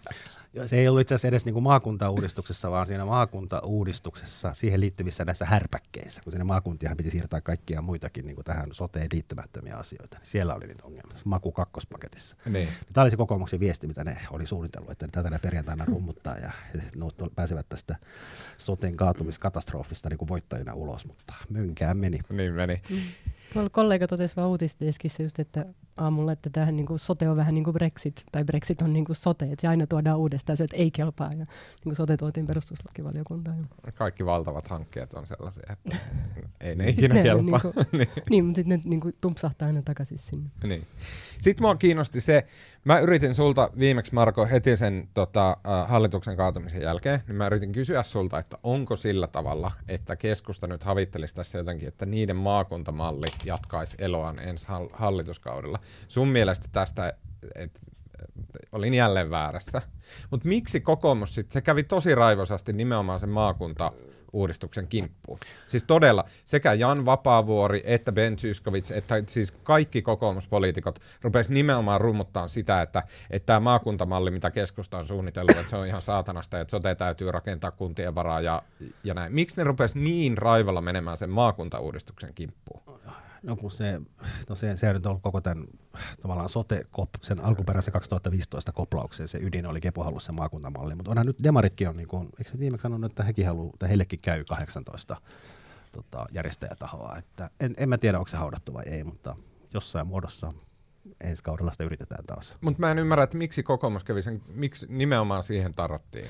Se ei ollut itse asiassa edes niin kuin maakuntauudistuksessa, vaan siinä maakuntauudistuksessa siihen liittyvissä näissä härpäkkeissä, kun sinne maakuntiahan piti siirtää kaikkia muitakin niin kuin tähän soteen liittymättömiä asioita. Niin siellä oli niitä ongelmia, maku kakkospaketissa. Niin. Tämä oli se kokoomuksen viesti, mitä ne oli suunnitellut, että tätä ne perjantaina rummuttaa ja ne pääsevät tästä soten kaatumiskatastrofista niin kuin voittajina ulos, mutta mönkään meni. Niin meni. Mm. Tuolla kollega totesi vaan uutisteskissä just, että aamulla, että tämähän niin kuin sote on vähän niin kuin Brexit, tai Brexit on niin kuin sote, että se aina tuodaan uudestaan se, että ei kelpaa, ja niin kuin sote tuotiin perustuslakivaliokuntaan. Kaikki valtavat hankkeet on sellaisia, että ei ne ikinä kelpaa. Niin, niin. niin, mutta sitten ne niin kuin tumpsahtaa aina takaisin sinne. Niin. Sitten mua kiinnosti se, mä yritin sulta viimeksi Marko heti sen tota, uh, hallituksen kaatumisen jälkeen, niin mä yritin kysyä sulta, että onko sillä tavalla, että keskusta nyt havittelisi tässä jotenkin, että niiden maakuntamalli jatkaisi eloaan ensi hallituskaudella. Sun mielestä tästä, että olin jälleen väärässä. Mutta miksi kokoomus sitten, se kävi tosi raivosasti nimenomaan sen maakuntauudistuksen kimppuun. Siis todella sekä Jan Vapaavuori että Ben Zyskowicz, että siis kaikki kokoomuspoliitikot rupesi nimenomaan rummuttaa sitä, että että tämä maakuntamalli, mitä keskusta on suunnitellut, että se on ihan saatanasta ja että sote täytyy rakentaa kuntien varaa ja, ja näin. Miksi ne rupesi niin raivolla menemään sen maakuntauudistuksen kimppuun? No kun se, no se, se nyt on ollut koko tämän tavallaan sote-kop, sen alkuperäisen kaksituhattaviisitoista koplauksen, se ydin oli Kepu halusi sen maakuntamalli, mutta onhan nyt demaritkin on, niin kuin, eikö se viimeksi sanonut, että hekin haluaa, että heillekin käy kahdeksantoista tota, järjestäjätahoa, että en, en mä tiedä, onko se haudattu vai ei, mutta jossain muodossa ensi kaudella sitä yritetään taas. Mutta mä en ymmärrä, että miksi kokoomus kävi sen, miksi nimenomaan siihen tarrattiin?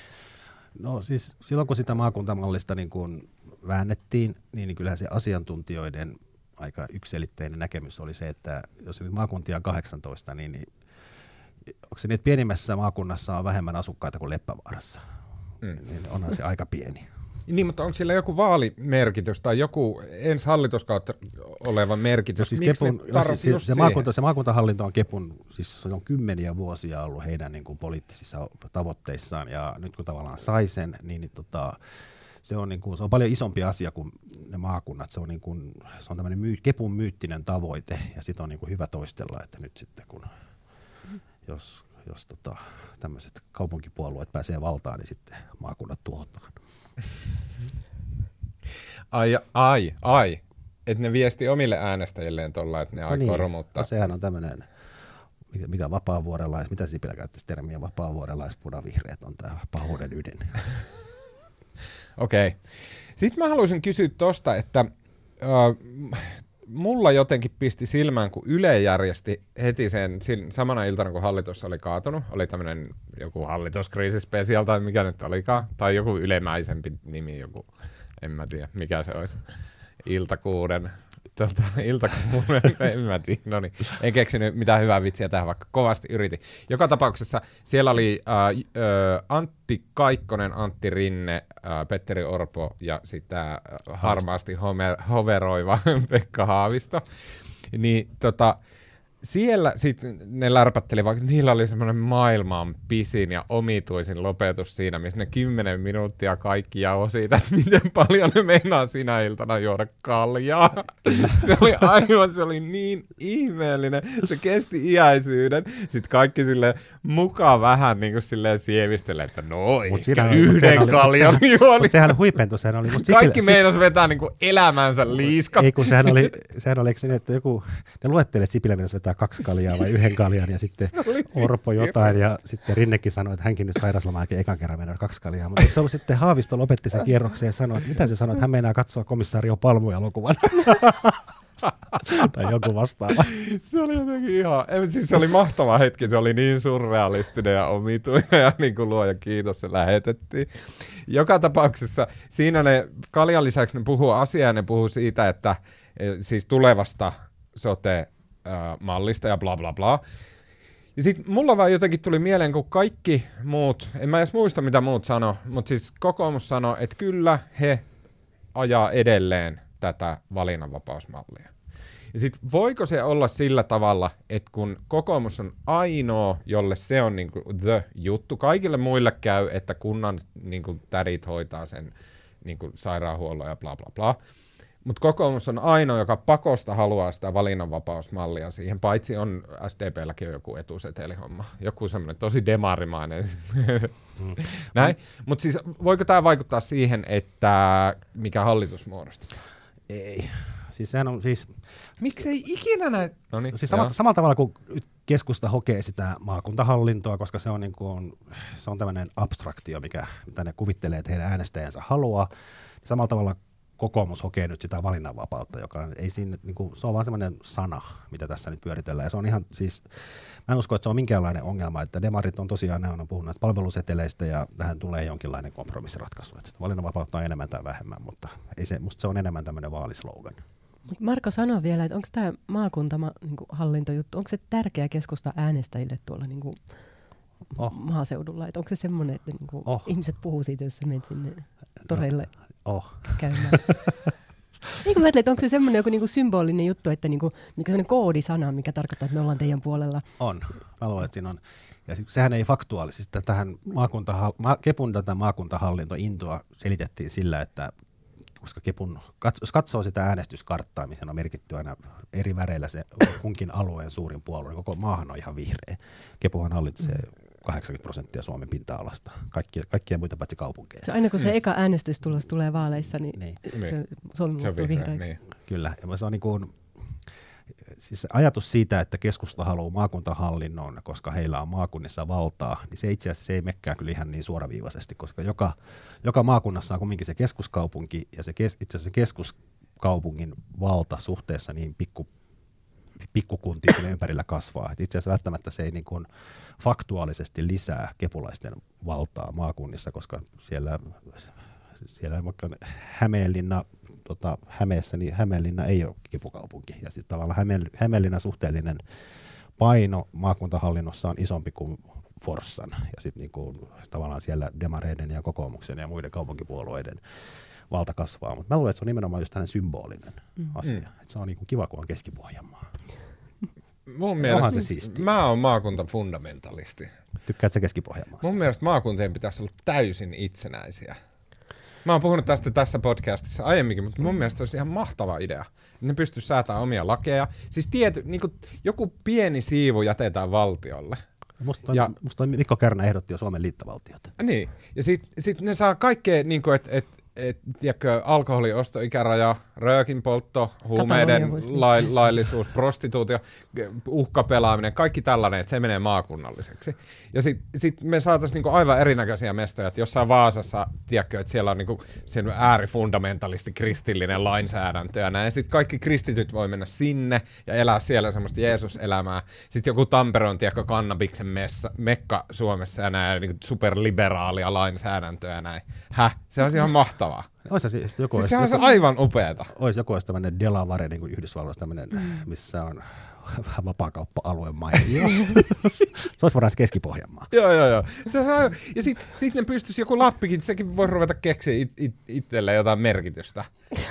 No siis silloin, kun sitä maakuntamallista niin kun väännettiin, niin, niin kyllähän se asiantuntijoiden aika yksiselitteinen näkemys oli se, että jos nyt maakuntia on kahdeksantoista, niin, niin onko se niin, että pienimmässä maakunnassa on vähemmän asukkaita kuin Leppävaarassa? Mm. Niin onhan se aika pieni. Niin, mutta onko sillä joku vaalimerkitys tai joku ensi hallituskautta oleva merkitys? No siis Kepun, no siis se, maakunta, se maakuntahallinto on Kepun, siis se on kymmeniä vuosia ollut heidän niin kuin poliittisissa tavoitteissaan, ja nyt kun tavallaan sai sen, niin, niin tota, Se on, niin kuin, se on paljon isompi asia kuin ne maakunnat. Se on, niin kuin, se on tämmöinen myy, Kepun myyttinen tavoite, ja sitä on niin kuin hyvä toistella, että nyt sitten kun, jos, jos tota, tämmöiset kaupunkipuolueet pääsee valtaan, niin sitten maakunnat tuhotaan. Ai, ai, ai. Että ne viesti omille äänestäjilleen tuolla, että ne no aikoo niin, romuttaa. No sehän on tämmöinen, mikä vapaavuorenlais, mitä Sipilä käyttäisi termiä, vapaavuorenlais, punavihreät on tämä pahuuden ydin. Okei. Okay. Sitten mä haluaisin kysyä tosta, että äh, mulla jotenkin pisti silmään, kun Yle järjesti heti sen samana iltana, kun hallitus oli kaatunut. Oli tämmöinen joku hallituskriisispesial tai mikä nyt olikaan. Tai joku ylemäisempi nimi, joku, en mä tiedä, mikä se olisi. Iltakuuden. Tota, iltakuuden, en mä tiedä. No niin, en keksinyt mitään hyvää vitsiä tähän, vaikka kovasti yritin. Joka tapauksessa siellä oli äh, äh, Antti Kaikkonen, Antti Rinne, äh, Petteri Orpo ja sitten äh, harmaasti homer, hoveroiva Pekka Haavisto. Niin tota, siellä sitten ne lärpätteli, vaikka niillä oli semmoinen maailman pisin ja omituisin lopetus siinä, missä ne kymmenen minuuttia kaikki jao siitä, että miten paljon ne meinaa sinä iltana juoda kaljaa. Se oli aivan, se oli niin ihmeellinen. Se kesti iäisyyden. Sitten kaikki silleen mukaan vähän niin kuin silleen sievistelee, että no eikä yhden kaljan juoli. Mutta sehän huipentui. Sehän oli, kaikki meinas vetää niin kuin elämänsä liiskat. Ei kun sehän oli, sehän oli se, että joku, ne luettelee, että Sipilä meinas vetää kaksi kaljaa vai yhden kaljan, ja sitten Orpo jotain, ja sitten Rinnekin sanoi, että hänkin nyt sairauslomaakin ekan kerran mennä kaksi kaljaa. Mutta eikö se ollut sitten Haavisto lopetti sen kierroksen ja sanoi, että mitä se sanoi, että hän meinaa katsoa Komissaario Palmu-elokuvan. Tai joku vastaava. Se oli jotenkin ihan, siis se oli mahtava hetki, se oli niin surrealistinen ja omituinen, ja niin kuin luoja kiitos, se lähetettiin. Joka tapauksessa siinä ne kaljan lisäksi ne puhuu asiaa, ne puhuu siitä, että siis tulevasta sote mallista ja bla bla bla. Ja sit mulla vaan jotenkin tuli mieleen, kun kaikki muut, en mä edes muista mitä muut sano, mutta siis kokoomus sanoi, että kyllä he ajaa edelleen tätä valinnanvapausmallia. Ja sit voiko se olla sillä tavalla, että kun kokoomus on ainoa, jolle se on niinku the juttu, kaikille muille käy, että kunnan niinku tädit hoitaa sen niinku sairaanhuollon ja bla bla bla. mutta kokoomus on ainoa, joka pakosta haluaa sitä valinnanvapausmallia siihen, paitsi on S D P:lläkin on joku etusetelihomma, joku semmoinen tosi demarimainen. Mm. Näin, mutta siis voiko tämä vaikuttaa siihen, että mikä hallitus muodostetaan? Ei. Siis sehän on siis... Miksi ei ikinä näin? No niin, siis sama, samalla tavalla kuin keskusta hokee sitä maakuntahallintoa, koska se on, niin kuin, se on tämmöinen abstraktio, mikä, mitä ne kuvittelee, että heidän äänestäjänsä haluaa. Samalla tavalla kokoomus hokee nyt sitä valinnanvapautta, joka ei siinä, niin kuin, se on vaan semmoinen sana, mitä tässä nyt pyöritellään. Ja se on ihan siis, mä en usko, että se on minkäänlainen ongelma, että demarit on tosiaan, ne on puhunut palveluseteleistä ja tähän tulee jonkinlainen kompromissiratkaisu. Että valinnanvapautta on enemmän tai vähemmän, mutta ei se, musta se on enemmän tämmöinen vaalislogan. Marko sanoi vielä, että onko tämä maakuntahallintojuttu, onko se tärkeä keskusta äänestäjille tuolla niin kuin oh. maaseudulla? Että onko se semmoinen, että niin kuin oh. ihmiset puhuu siitä, jos sä menet sinne toreille no. oh. käymään? Niin kuin mä ajattelin, että onko se semmoinen joku niin kuin symbolinen juttu, että niin kuin, mikä semmoinen koodisana, mikä tarkoittaa, että me ollaan teidän puolella? On. Mä luulen, että siinä on. Ja sehän ei faktuaalisesti. Tähän maakunta, Kepun tätä maakuntahallintointoa selitettiin sillä, että koska Kepun, jos katsoo sitä äänestyskarttaa, missä on merkitty aina eri väreillä se kunkin alueen suurin puolue, koko maahan on ihan vihreä. Kepuhan hallitsee kahdeksankymmentä prosenttia Suomen pinta-alasta, kaikkia, kaikkia muita paitsi kaupunkeja. Se aina kun se eka äänestystulos tulee vaaleissa, niin, niin. Se, Suomi se muuttuu vihreäksi. Niin. Kyllä, ja se on niin kuin, siis ajatus siitä, että keskusta haluaa maakuntahallinnon, koska heillä on maakunnissa valtaa, niin se itse asiassa se ei mekkää kyllä ihan niin suoraviivaisesti, koska joka, joka maakunnassa on kuitenkin se keskuskaupunki, ja se kes, itse asiassa keskuskaupungin valta suhteessa niin pikku, pikkukuntiin, kun ne ympärillä kasvaa. Et itse asiassa välttämättä se ei niin kuin faktuaalisesti lisää kepulaisten valtaa maakunnissa, koska siellä, siellä vaikka Hämeenlinna, Tota, Hämeessä, niin Hämeenlinna ei ole kipukaupunki. Ja sitten tavallaan Häme- Hämeenlinnan suhteellinen paino maakuntahallinnossa on isompi kuin Forssan. Ja sitten niinku, tavallaan siellä demareiden ja kokoomuksen ja muiden kaupunkipuolueiden valta kasvaa. Mutta mä luulen, että se on nimenomaan just tämmöinen symbolinen mm. asia. Mm. Et se on niinku kiva, kun on Keski-Pohjanmaa. Mun mielestä se mä oon maakuntafundamentalisti. Tykkäätkö sä Keski-Pohjanmaasta? Mun mielestä maakuntien pitäisi olla täysin itsenäisiä. Mä oon puhunut tästä tässä podcastissa aiemminkin, mutta mun mielestä se olisi ihan mahtava idea. Ne pystyisi säätämään omia lakeja. Siis tiety, niin kuin joku pieni siivu jätetään valtiolle. Musta toi, ja, musta toi Mikko Kärnä ehdotti jo Suomen liittovaltiota. Niin, ja sitten sit ne saa kaikkea, niin että et, et, tiedätkö, alkoholiostoikäraja, röökin poltto, huumeiden lai, laillisuus, prostituutio, uhkapelaaminen, kaikki tällainen, että se menee maakunnalliseksi. Ja sitten sit me saataisiin niinku aivan erinäköisiä mestoja, että jossain Vaasassa, tiedätkö, että siellä on niinku sen äärifundamentalisti kristillinen lainsäädäntö ja näin. Sitten kaikki kristityt voi mennä sinne ja elää siellä semmoista Jeesus-elämää. Sitten joku Tampere on, tiedätkö, kannabiksen messa, mekka Suomessa ja näin, niinku superliberaalia lainsäädäntöä ja näin. Häh? Se on ihan mahtavaa. Olisi siis joku siis se on joku, aivan upeata. Olisi joku olisi tämmöinen Delaware, niin kuin Yhdysvalloissa tämmöinen, mm. missä on vapaakauppa-alue mainio. Se olisi varmaan Keski-Pohjanmaa. Joo, joo, joo. Se on, ja sitten sit ne pystyisi joku Lappikin, sekin voi ruveta keksiä it, it, itselleen jotain merkitystä.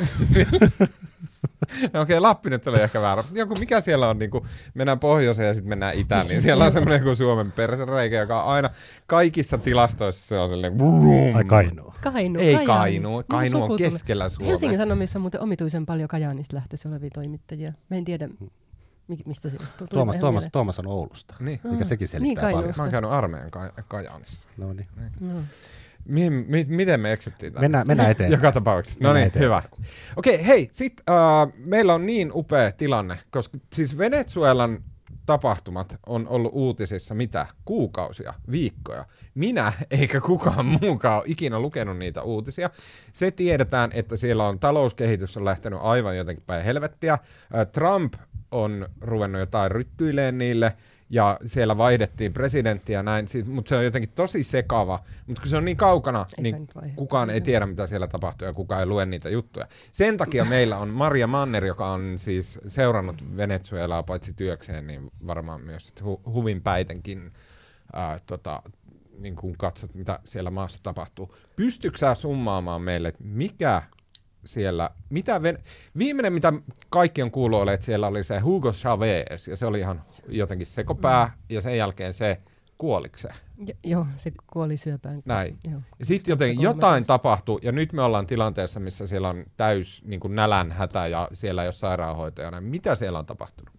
No okei, okay, Lappi nyt oli ehkä väärä. Joku, mikä siellä on, niin kun mennään pohjoiseen ja sitten mennään itään, niin siellä on semmoinen kuin Suomen persereikä, joka on aina kaikissa tilastoissa se on sellainen... Ai Kainuu. Kainuu. Ei Kainuu. Kainuu on keskellä Suomea. Helsingin Sanomissa on muuten omituisen paljon Kajaanista lähtöisin olevia toimittajia. Mä en tiedä, mistä se on. Tuomas, Tuomas, Tuomas on Oulusta, niin. mikä ah, sekin selittää niin paljon. Mä oon käynyt armeijan Ka- Kajaanissa. No niin. No. Mi- mi- miten me eksyttiin tänne? Mennään, mennään eteenpäin. Joka tapauksessa. No niin, hyvä. Okei, okay, hei, sit uh, meillä on niin upea tilanne, koska siis Venezuelan tapahtumat on ollut uutisissa mitä? Kuukausia, viikkoja. Minä eikä kukaan muukaan ole ikinä lukenut niitä uutisia. Se tiedetään, että siellä on talouskehitys on lähtenyt aivan jotenkin päin helvettiä. Uh, Trump on ruvennut jotain ryttyileen niille. Ja siellä vaihdettiin presidenttiä näin, mutta se on jotenkin tosi sekava. Mutta kun se on niin kaukana, Eikä niin kukaan ei tiedä, mitä siellä tapahtuu ja kukaan ei lue niitä juttuja. Sen takia meillä on Maria Manner, joka on siis seurannut Venezuelaa paitsi työkseen, niin varmaan myös hu- huvin päitenkin ää, tota, niin kun katsot, mitä siellä maassa tapahtuu. Pystytkö sä summaamaan meille, että mikä... siellä, mitä ven... viimeinen, mitä kaikki on kuullut, oli, että siellä oli se Hugo Chavez, ja se oli ihan jotenkin sekopää, ja sen jälkeen se kuoliko se? Jo, joo, se kuoli syöpään. Näin. Joo, ja sitten joten jotain tapahtui, ja nyt me ollaan tilanteessa, missä siellä on täys niin kuin nälänhätä, ja siellä ei ole sairaanhoitajana. Mitä siellä on tapahtunut?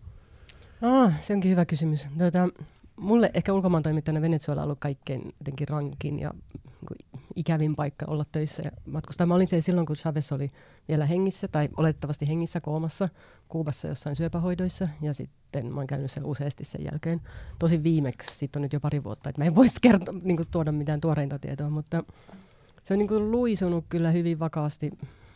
Ah, se onkin hyvä kysymys. Tätä, mulle ehkä ulkomaan toimittajana Venezuela on ollut kaikkein jotenkin rankin ja niin ikävin paikka olla töissä ja matkustaa. Mä olin siellä silloin, kun Chavez oli vielä hengissä, tai oletettavasti hengissä koomassa, Kuubassa jossain syöpähoidoissa, ja sitten mä oon käynyt siellä useasti sen jälkeen. Tosi viimeksi, siitä on nyt jo pari vuotta, että mä en voisi kertoa, niin kuin tuoda mitään tuoreinta tietoa, mutta se on niin kuin luisunut kyllä hyvin vakaasti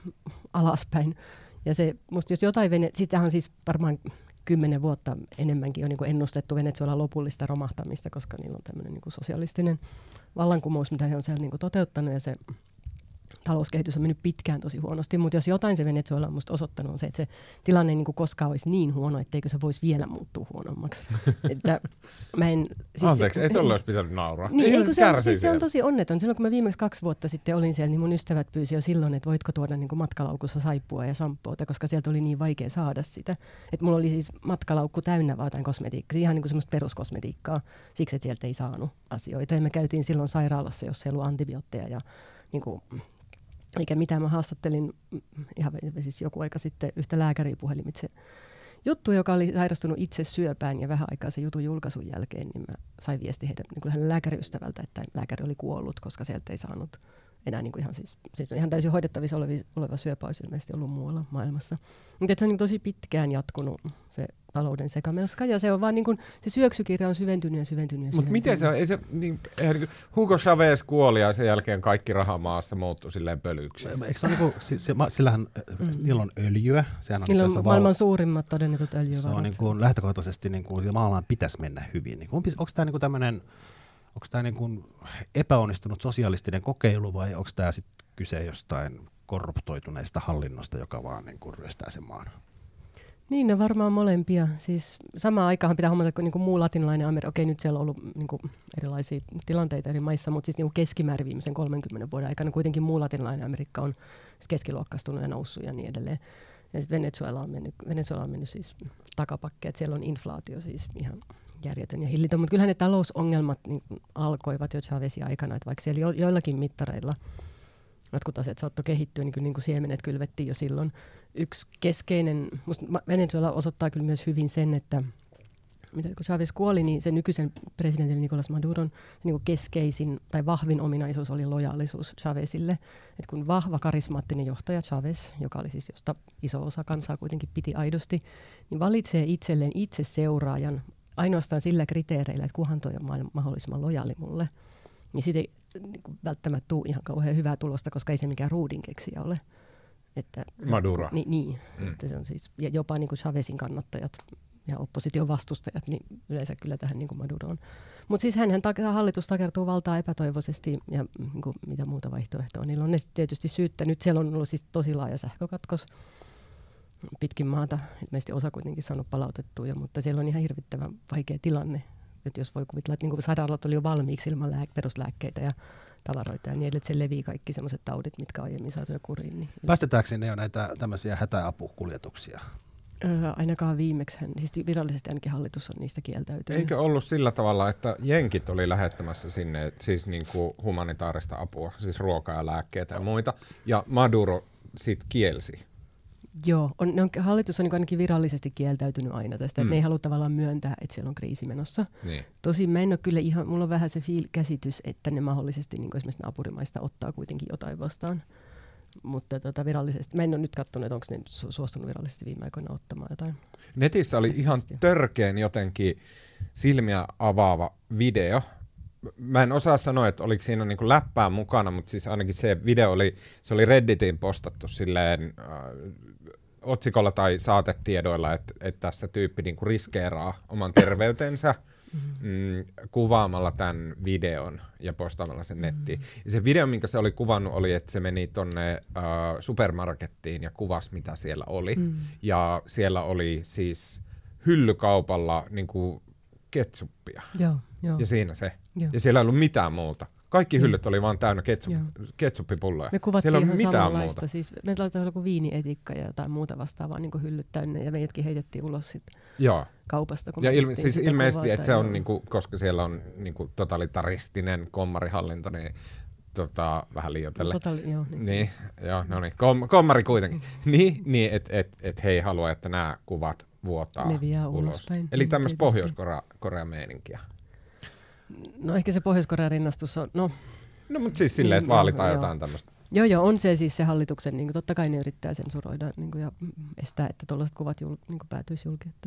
alaspäin. Ja se, musta jos jotain, Vene- sitähän on siis varmaan kymmenen vuotta enemmänkin on niin kuin ennustettu Venezuelan lopullista romahtamista, koska niillä on tämmöinen niin kuin sosialistinen vallankumous, mitä he on siellä niin kuin toteuttanut, ja se talouskehitys on mennyt pitkään tosi huonosti, mutta jos jotain se Venezuela on musta osoittanut, on se, että se tilanne ei niin kuin koskaan olisi niin huono, etteikö se voisi vielä muuttua huonommaksi. että mä en, siis Anteeksi, se, ei tuolla olisi pitänyt nauraa. Niin, eikö se, on, siis se on tosi onneton. Silloin kun mä viimeksi kaksi vuotta sitten olin siellä, niin mun ystävät pyysi jo silloin, että voitko tuoda niin kuin matkalaukussa saippua ja shampoota, koska sieltä oli niin vaikea saada sitä. Että mulla oli siis matkalaukku täynnä vaan jotain kosmetiikkaa, ihan niin kuin semmoista peruskosmetiikkaa, siksi että sieltä ei saanut asioita. Ja me käytiin silloin sairaalassa, jossa ei ollut antibiootteja ja niin kuin, eikä mitään. Mä haastattelin ihan siis joku aika sitten yhtä lääkäriä puhelimitse juttu, joka oli sairastunut itse syöpään, ja vähän aikaa se jutun julkaisun jälkeen, niin mä sain viesti heidän niin hänen lääkäriystävältä, että lääkäri oli kuollut, koska sieltä ei saanut enää niin kuin ihan, siis, siis ihan täysin hoidettavissa olevi, oleva syöpä olisi ilmeisesti ollut muualla maailmassa. Mutta se on niin tosi pitkään jatkunut se talouden sekamelska, ja se on vaan niin kuin, se syöksykirja on syventynyt ja syventynyt ja syventynyt. Mutta miten se on? Ei se, niin, niin, Hugo Chavez kuoli ja sen jälkeen kaikki raha maassa muuttui silleen pölyksi. Eikö se ole niin kuin, se, sillähän, mm. niillä on öljyä. Sehän on niillä on val- maailman suurimmat todennetut öljyvarat. Se on niin kuin, lähtökohtaisesti niin kuin, maailman pitäisi mennä hyvin. Niin kuin, onko tämä niin kuin tämmöinen, onko tämä niin kuin epäonnistunut sosialistinen kokeilu, vai onko tämä sitten kyse jostain korruptoituneesta hallinnosta, joka vaan niin kuin ryöstää sen maan? Niin, ne varmaan molempia. Siis samaan aikaan pitää huomata, että niin kuin muu latinalainen Amerikka, okei nyt siellä on ollut niin kuin erilaisia tilanteita eri maissa, mutta siis niin kuin keskimäärin viimeisen kolmenkymmenen vuoden aikana kuitenkin muu latinalainen Amerikka on keskiluokkaistunut ja noussut ja niin edelleen. Ja sitten Venezuela on mennyt, Venezuela on mennyt siis takapakkeet, että siellä on inflaatio siis ihan järjetön ja hillitön, mutta kyllähän ne talousongelmat niin alkoivat jo Chavezin aikana, että vaikka siellä jo, joillakin mittareilla jotkut asiat saattoi kehittyä, niin kyllä niin kuin siemenet kylvettiin jo silloin. Yksi keskeinen, musta Venezuela osoittaa kyllä myös hyvin sen, että mitä, kun Chavez kuoli, niin se nykyisen presidentin Nicolás Maduron niin kuin keskeisin tai vahvin ominaisuus oli lojaalisuus Chavezille. Et kun vahva karismaattinen johtaja Chavez, joka oli siis josta iso osa kansaa kuitenkin piti aidosti, niin valitsee itselleen itse seuraajan ainoastaan sillä kriteereillä, että kunhan toi on mahdollisimman lojaali mulle, niin siitä ei niin välttämättä tule ihan kauhean hyvää tulosta, koska ei se mikään ruudinkeksijä ole. Että, Maduro. Niin, niin mm. että se on siis, ja jopa niin kuin Chavezin kannattajat ja opposition vastustajat, niin yleensä kyllä tähän niin kuin Maduroon. Mutta siis hänhän ta- hallitus takertuu valtaa epätoivoisesti, ja niin kuin, mitä muuta vaihtoehtoa. Niillä on ne tietysti syyttänyt. Siellä on ollut siis tosi laaja sähkökatkos pitkin maata. Ilmeisesti osa kuitenkin saanut palautettua jo, mutta siellä on ihan hirvittävän vaikea tilanne. Että jos voi kuvitella, että niin sairaalat oli jo valmiiksi ilman lää- peruslääkkeitä ja tavaroita ja niin edelleen, että se levii kaikki sellaiset taudit, mitkä aiemmin saatu jo kuriin. Niin. Päästetäänkö sinne jo näitä tämmöisiä hätäapukuljetuksia? Öö, ainakaan viimeksi, siis virallisesti ainakin hallitus on niistä kieltäytynyt. Eikö ollut sillä tavalla, että jenkit oli lähettämässä sinne siis niin kuin humanitaarista apua, siis ruokaa ja lääkkeitä ja muita, ja Maduro sit kielsi? Joo, on, on, hallitus on niin ainakin virallisesti kieltäytynyt aina tästä, että mm. ne ei halua tavallaan myöntää, että siellä on kriisi menossa. Niin. Tosin mä en ole kyllä ihan, mulla on vähän se fiil, käsitys, että ne mahdollisesti niin esimerkiksi naapurimaista ottaa kuitenkin jotain vastaan. Mutta tota, virallisesti, mä en ole nyt katsonut, että onko ne suostunut virallisesti viime aikoina ottamaan jotain. Netissä oli ihan törkeen jotenkin silmiä avaava video. Mä en osaa sanoa, että oliko siinä niinku läppää mukana, mutta siis ainakin se video oli, se oli Redditiin postattu silleen äh, otsikolla tai saatetiedoilla, että, että tässä tyyppi niinku riskeeraa oman terveytensä mm, kuvaamalla tämän videon ja postaamalla sen nettiin. Ja se video, minkä se oli kuvannut, oli, että se meni tonne äh, supermarkettiin ja kuvasi, mitä siellä oli. Mm. Ja siellä oli siis hyllykaupalla niinku ketsuppia. Joo, joo. Ja siinä se. Joo. Ja siellä ei ollut mitään muuta Kaikki hyllyt oli vaan täynnä ketsup, ketsuppipulloja. Me kuvattiin Siellä on ihan mitään samanlaista. muuta. Siis me laitetaan joku viinietikka ja jotain muuta vastaavaa niin hyllyt täynnä ja meidätkin heitettiin ulos sit Joo. kaupasta. Kun ja ilme, siis ilmeisesti, että se on, joo. niinku, koska siellä on niinku totalitaristinen kommarihallinto, niin tota, vähän liioitelle. Totali, joo, niin. Niin, joo, no niin, Kom, kommari kuitenkin. niin, niin että et, et he ei halua, että nämä kuvat vuotaa Leviää ulos. ulospäin. Eli Niin, tämmöistä tietysti. Pohjois-Korean meininkiä. No ehkä se Pohjois-Korean rinnastus on, no No mutta siis silleen, että Niin, vaalitaan joo, jotain tämmöistä. joo, joo, on se siis se hallituksen, niin kuin, totta kai ne yrittää sensuroida niin kuin, ja estää, että tuollaiset kuvat jul, niin kuin päätyisi julki. Että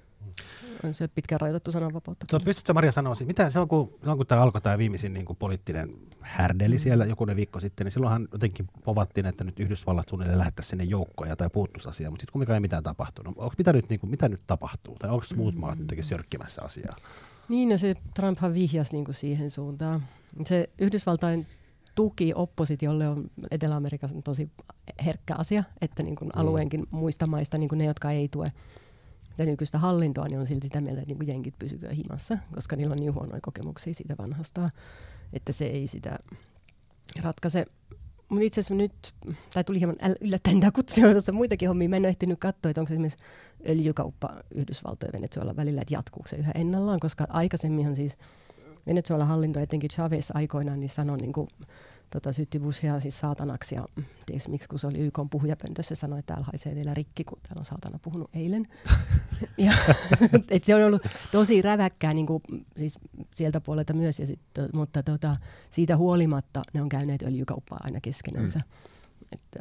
on se pitkään rajoitettu sananvapautta. Tuo, pystytkö Maria sanoa, mitä se on, kun, se on, kun tämä alkoi tämä viimeisin niin kuin poliittinen härdeli mm. siellä jokunen viikko sitten, niin silloinhan jotenkin povattiin, että nyt Yhdysvallat suunnilleen lähettäisiin sinne joukkoja tai puuttuisi asiaan, mutta sitten kumminkaan ei mitään tapahtunut. Onko mitä nyt, niin kuin, mitä nyt tapahtuu? Tai onko muut maat mm. jotenkin sörkkimässä asiaa? Niin, no se Trumphan vihjasi niin kuin siihen suuntaan. Se Yhdysvaltain tuki oppositiolle on Etelä-Amerikassa tosi herkkä asia, että niin kuin alueenkin muista maista, niin kuin ne, jotka ei tue sitä nykyistä hallintoa, niin on silti sitä mieltä, että niin kuin jenkit pysyköön himassa, koska niillä on niin huonoja kokemuksia siitä vanhasta, että se ei sitä ratkaise. Mutta itse asiassa nyt, tai tuli hieman yllättäen tämä kutsu, tuossa muitakin hommia, mä en ole ehtinyt katsoa, että onko se esimerkiksi öljykauppa Yhdysvaltojen ja Venezuelan välillä, että jatkuuko se yhä ennallaan, koska aikaisemminhan siis Venezuelan hallinto, etenkin Chavez aikoinaan, niin sanoi, niin kuin, tota, syytti Bushia siis saatanaksi, ja tiedätkö miksi, kun se oli Y K:n puhujapöntössä, se sanoi, että täällä haisee vielä rikki, kun täällä on saatana puhunut eilen. ja, et se on ollut tosi räväkkää niin kuin, siis sieltä puolelta myös, ja sit, mutta tota, siitä huolimatta ne on käyneet öljykauppaa aina keskenänsä. Mm. Että,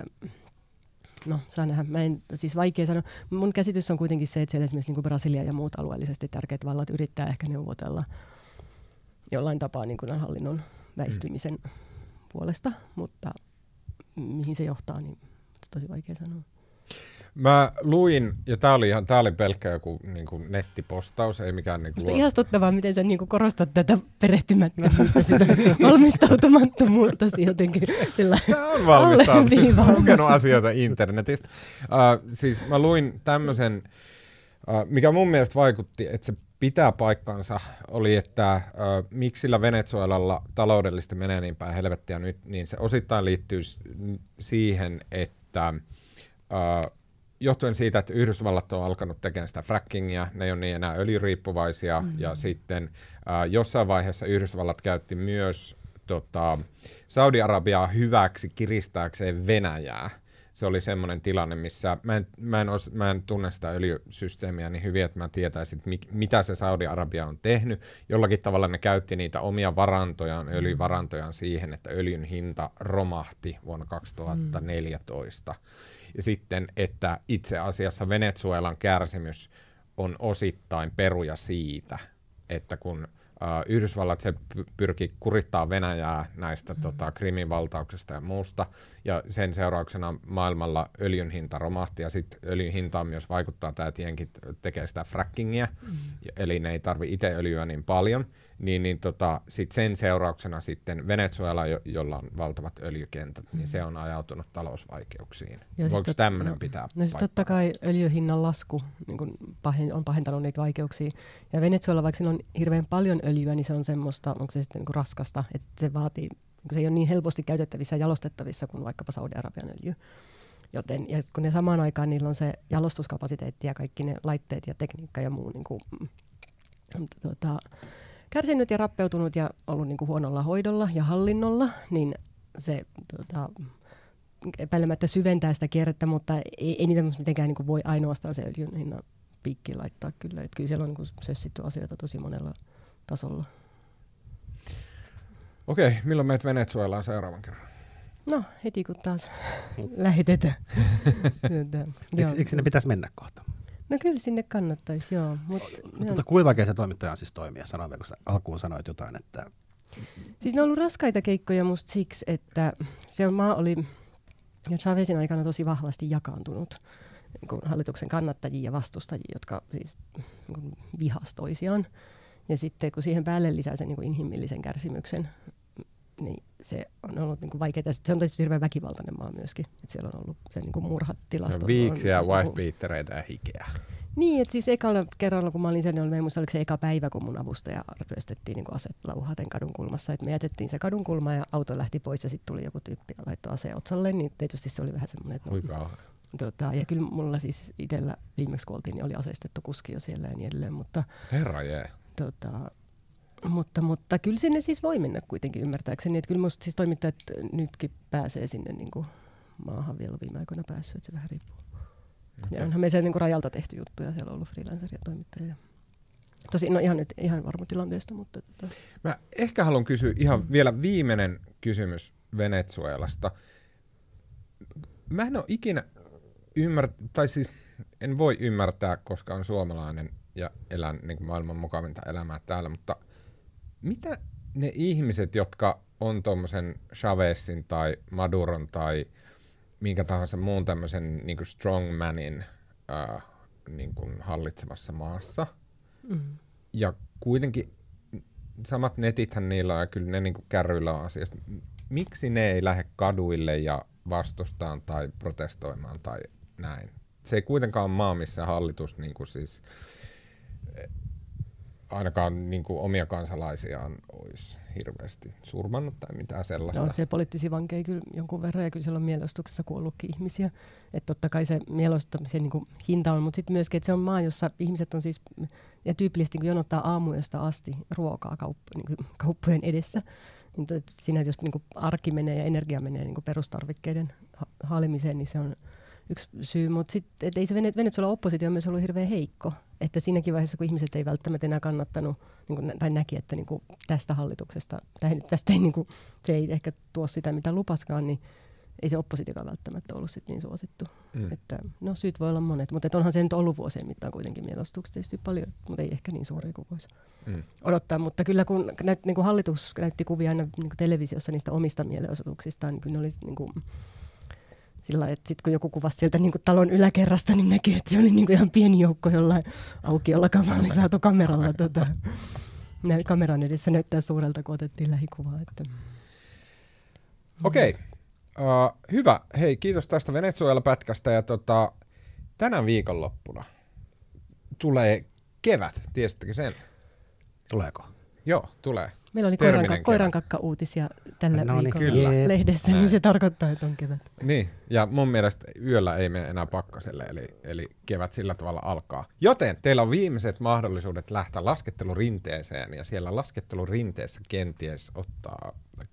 no, saa nähdä. Mä en, siis vaikea sanoa. Mun käsitys on kuitenkin se, että siellä esimerkiksi niin kuin Brasilia ja muut alueellisesti tärkeät vallat yrittää ehkä neuvotella jollain tapaa niin kuin hallinnon väistymisen mm. puolesta, mutta mihin se johtaa, niin tosi vaikea sanoa. Mä luin, ja tää oli, ihan, tää oli pelkkä joku niin kuin nettipostaus, ei mikään... Niin kuin Musta luo... ihastuttavaa, miten sä niin kuin korostat tätä perehtymättömyyttä, sitä valmistautumattomuutta jotenkin. Tää on valmistautunut, lukenut asioita internetistä. Uh, siis mä luin tämmöisen, uh, mikä mun mielestä vaikutti, että se pitää paikkansa, oli, että uh, miksi sillä Venezuelalla taloudellisesti menee niin päin helvettiä nyt, niin se osittain liittyy siihen, että uh, johtuen siitä, että Yhdysvallat on alkanut tekemään sitä frackingia, ne ei ole niin enää öljyriippuvaisia, mm-hmm. ja sitten uh, jossain vaiheessa Yhdysvallat käytti myös tota, Saudi-Arabiaa hyväksi kiristääkseen Venäjää. Se oli semmoinen tilanne, missä mä en, mä, en os, mä en tunne sitä öljysysteemiä niin hyvin, että mä tietäisin, että mit, mitä se Saudi-Arabia on tehnyt. Jollakin tavalla ne käytti niitä omia varantojaan, öljyvarantojaan siihen, että öljyn hinta romahti vuonna kaksituhattaneljätoista. Mm. Ja sitten, että itse asiassa Venezuelan kärsimys on osittain peruja siitä, että kun Uh, Yhdysvallat se pyrki kurittaa Venäjää näistä mm. tota, Krimin valtauksesta ja muusta, ja sen seurauksena maailmalla öljyn hinta romahti, ja sitten öljyn hintaan myös vaikuttaa tämä, että jenkit tekee sitä frackingia, mm. eli ne ei tarvi itse öljyä niin paljon, niin, niin tota, sit sen seurauksena sitten Venezuela, jo, jolla on valtavat öljykentät, mm. niin se on ajautunut talousvaikeuksiin. Ja voiko siis tämmöinen no, pitää no siis totta kai öljyhinnan lasku niin kun pahen, on pahentanut niitä vaikeuksia, ja Venezuela, vaikka siinä on hirveän paljon öljyä, niin se on semmoista, onko se sitten niin kuin raskasta, että se vaatii, se ei ole niin helposti käytettävissä ja jalostettavissa kuin vaikkapa Saudi-Arabian öljy. Joten, ja kun ne samaan aikaan niillä on se jalostuskapasiteetti ja kaikki ne laitteet ja tekniikka ja muu niin kuin, tuota, kärsinyt ja rappeutunut ja ollut niin kuin huonolla hoidolla ja hallinnolla, niin se tuota, epäilemättä syventää sitä kierrettä, mutta ei, ei niitä mitenkään niin kuin voi ainoastaan se öljyn hinnan piikkiin laittaa kyllä. Että kyllä siellä on niin kuin sössitty asioita tosi monella tasolla. Okei, milloin meet Venezuelaan seuraavan kerran? No, heti kun taas lähetetään. eikö, eikö sinne pitäisi mennä kohta? No kyllä sinne kannattaisi, joo. Mut, no, tuota, kuinka vaikea se toimittaja on siis toimia? Sanoin, kun sä alkuun sanoit jotain, että... Siis ne on ollut raskaita keikkoja musta siksi, että se maa oli ja Chavezin aikana tosi vahvasti jakaantunut niin hallituksen kannattajia ja vastustajia, jotka siis niin vihas toisiaan. Ja sitten kun siihen päälle lisää sen niin inhimillisen kärsimyksen, niin se on ollut niin vaikeaa. Se on tietysti hirveän väkivaltainen maa myöskin. Että siellä on ollut se niin murhatilasto. Viiksiä, wife-beatereitä ja hikeä. Niin, että siis ekalla kerralla, kun mä olin sen, niin en muista, oliko se eka päivä, kun mun avustaja ryöstettiin niin aset Lauhaten kadun kulmassa. Et me jätettiin se kadun kulma ja auto lähti pois ja sitten tuli joku tyyppi ja laittoi aseen otsalle. Niin tietysti se oli vähän semmoinen, että no, tota, ja kyllä mulla siis itsellä viimeksi kun oltiin, niin oli aseistettu kuski jo siellä ja niin edelleen. Mutta, herra jee. Tota, mutta, mutta kyllä sinne siis voi mennä kuitenkin ymmärtääkseni. Että kyllä musta siis toimittajat nytkin pääsee sinne niin kuin maahan vielä viime aikoina päässyt, että se vähän riippuu. Okay. Ja onhan me siellä niinku rajalta tehty juttuja, siellä on ollut freelanceria toimittajia. Tosin no ihan nyt ihan varma tilanteesta, mutta... Tota. Mä ehkä haluan kysyä ihan mm. vielä viimeinen kysymys Venezuelasta. Mä en ole ikinä ymmärtänyt, tai siis en voi ymmärtää, koska on suomalainen ja elän niin kuin maailman mukavinta elämää täällä, mutta mitä ne ihmiset, jotka on tommosen Chavezin tai Maduron tai minkä tahansa muun tämmöisen niin kuin strongmanin äh, niin kuin hallitsevassa maassa. Mm. Ja kuitenkin samat netithän niillä on ja kyllä ne niin kuin kärryillä on asiasta. Miksi ne ei lähde kaduille ja vastustaan tai protestoimaan tai näin? Se ei kuitenkaan ole maa, missä hallitus niin kuin siis, ainakaan niin kuin omia kansalaisiaan olisi hirveästi surmannut tai mitään sellaista. No, se poliittisia vankeja kyllä jonkun verran ja kyllä siellä on mielenostuksessa kuollutkin ihmisiä. Että totta kai se mielenostoisen niin kuin hinta on, mutta sitten myöskin, että se on maa, jossa ihmiset on siis, ja tyypillisesti kun jonottaa aamuyöstä asti ruokaa kauppo, niin kuin kauppojen edessä, niin siinä jos niin kuin arki menee ja energia menee niin kuin perustarvikkeiden haalimiseen, niin se on yksi syy, mutta sitten ei se Venezuelan oppositio on myös ollut hirveän heikko, että siinäkin vaiheessa, kun ihmiset ei välttämättä enää kannattanut, niin kuin, tai näki, että niin kuin tästä hallituksesta, tai tästä ei, niin kuin, se ei ehkä tuo sitä, mitä lupaskaan, niin ei se oppositiokaan välttämättä ollut sit niin suosittu. Mm. Että, no syyt voi olla monet, mutta onhan se nyt ollut vuosien mittaan kuitenkin mielenostuksista tietysti paljon, mutta ei ehkä niin suuria kuin voisi mm. odottaa. Mutta kyllä kun näyt, niin kuin hallitus näytti kuvia aina niin kuin televisiossa niistä omista mielenosoituksistaan, niin kyllä ne oli niin kuin, sillä että sitten kun joku kuvasi sieltä niin kuin talon yläkerrasta, niin näki, että se oli niin kuin ihan pieni joukko jollain aukiolla oli saatu kameralla. Tota, kameran edessä näyttää suurelta, kun otettiin lähikuvaa. Että. Okei, okay. uh, hyvä. Hei, kiitos tästä Venezuela-pätkästä. Ja tota, tänä viikonloppuna tulee kevät, tiesittekö sen? Tuleeko? Joo, tulee. Meillä oli koiran, koirankakka-uutisia tällä no, viikolla niin, lehdessä, Näin. Niin se tarkoittaa, että on kevät. Niin, ja mun mielestä yöllä ei mene enää pakkaselle, eli, eli kevät sillä tavalla alkaa. Joten teillä on viimeiset mahdollisuudet lähteä laskettelurinteeseen, ja siellä laskettelurinteessä kenties ottaa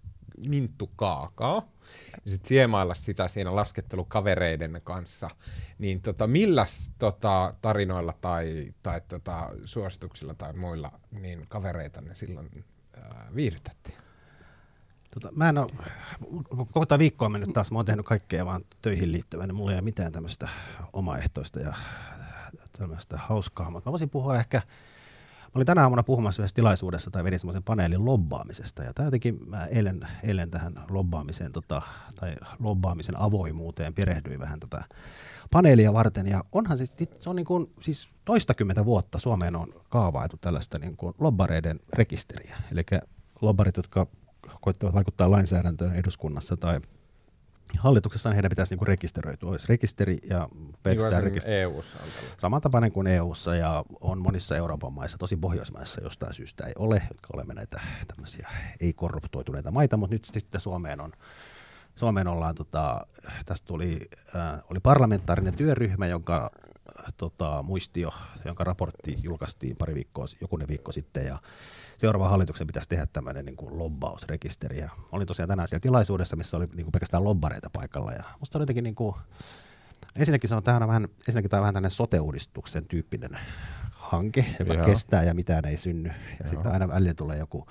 minttu kaakaa, ja sitten siemailla sitä siinä laskettelukavereiden kanssa. Niin tota, milläs tota, tarinoilla tai, tai tota, suosituksilla tai muilla niin kavereita ne silloin ää, viihdytettiin? Tota, mä en ole, koko tämä viikko on mennyt taas, mä oon tehnyt kaikkea vaan töihin liittyvää, niin mulla ei ole mitään tämmöistä omaehtoista ja tämmöistä hauskaa, mutta mä voisin puhua ehkä, mä olin tänä aamuna puhumassa yhdessä tilaisuudessa tai vedin semmoisen paneelin lobbaamisesta ja tämä jotenkin mä eilen, eilen tähän lobbaamiseen tota, tai lobbaamisen avoimuuteen perehdyin vähän tätä paneelia varten ja onhan siis, se on niin kuin, siis toistakymmentä vuotta Suomeen on kaavailtu tällaista niin kuin lobbareiden rekisteriä, eli lobbarit, jotka koittavat vaikuttaa lainsäädäntöön eduskunnassa tai hallituksessa, niin heidän pitäisi niinku rekisteröityä. Olisi rekisteri ja pelkästään rekisteri. E U:ssa on tällä. Samantapainen kuin E U:ssa ja on monissa Euroopan maissa, tosi Pohjoismaissa jostain syystä ei ole, jotka olemme näitä tämmöisiä ei-korruptoituneita maita, mutta nyt sitten Suomeen on Suomeen ollaan, tota, tästä tuli, äh, oli parlamentaarinen työryhmä, jonka äh, tota, muistio, jonka raportti julkaistiin pari viikkoa, jokunen viikko sitten ja seuraavan hallituksen pitäisi tehdä tämmöinen niin kuin lobbausrekisteri. Ja olin tosiaan tänään siellä tilaisuudessa, missä oli niin kuin pelkästään lobbareita paikalla. Ja musta oli jotenkin, niin kuin, ensinnäkin se on tähän vähän, ensinnäkin tämä on vähän tämmöinen sote-uudistuksen tyyppinen hanke, joka Joo. kestää ja mitään ei synny. Ja sitten aina välillä tulee joku,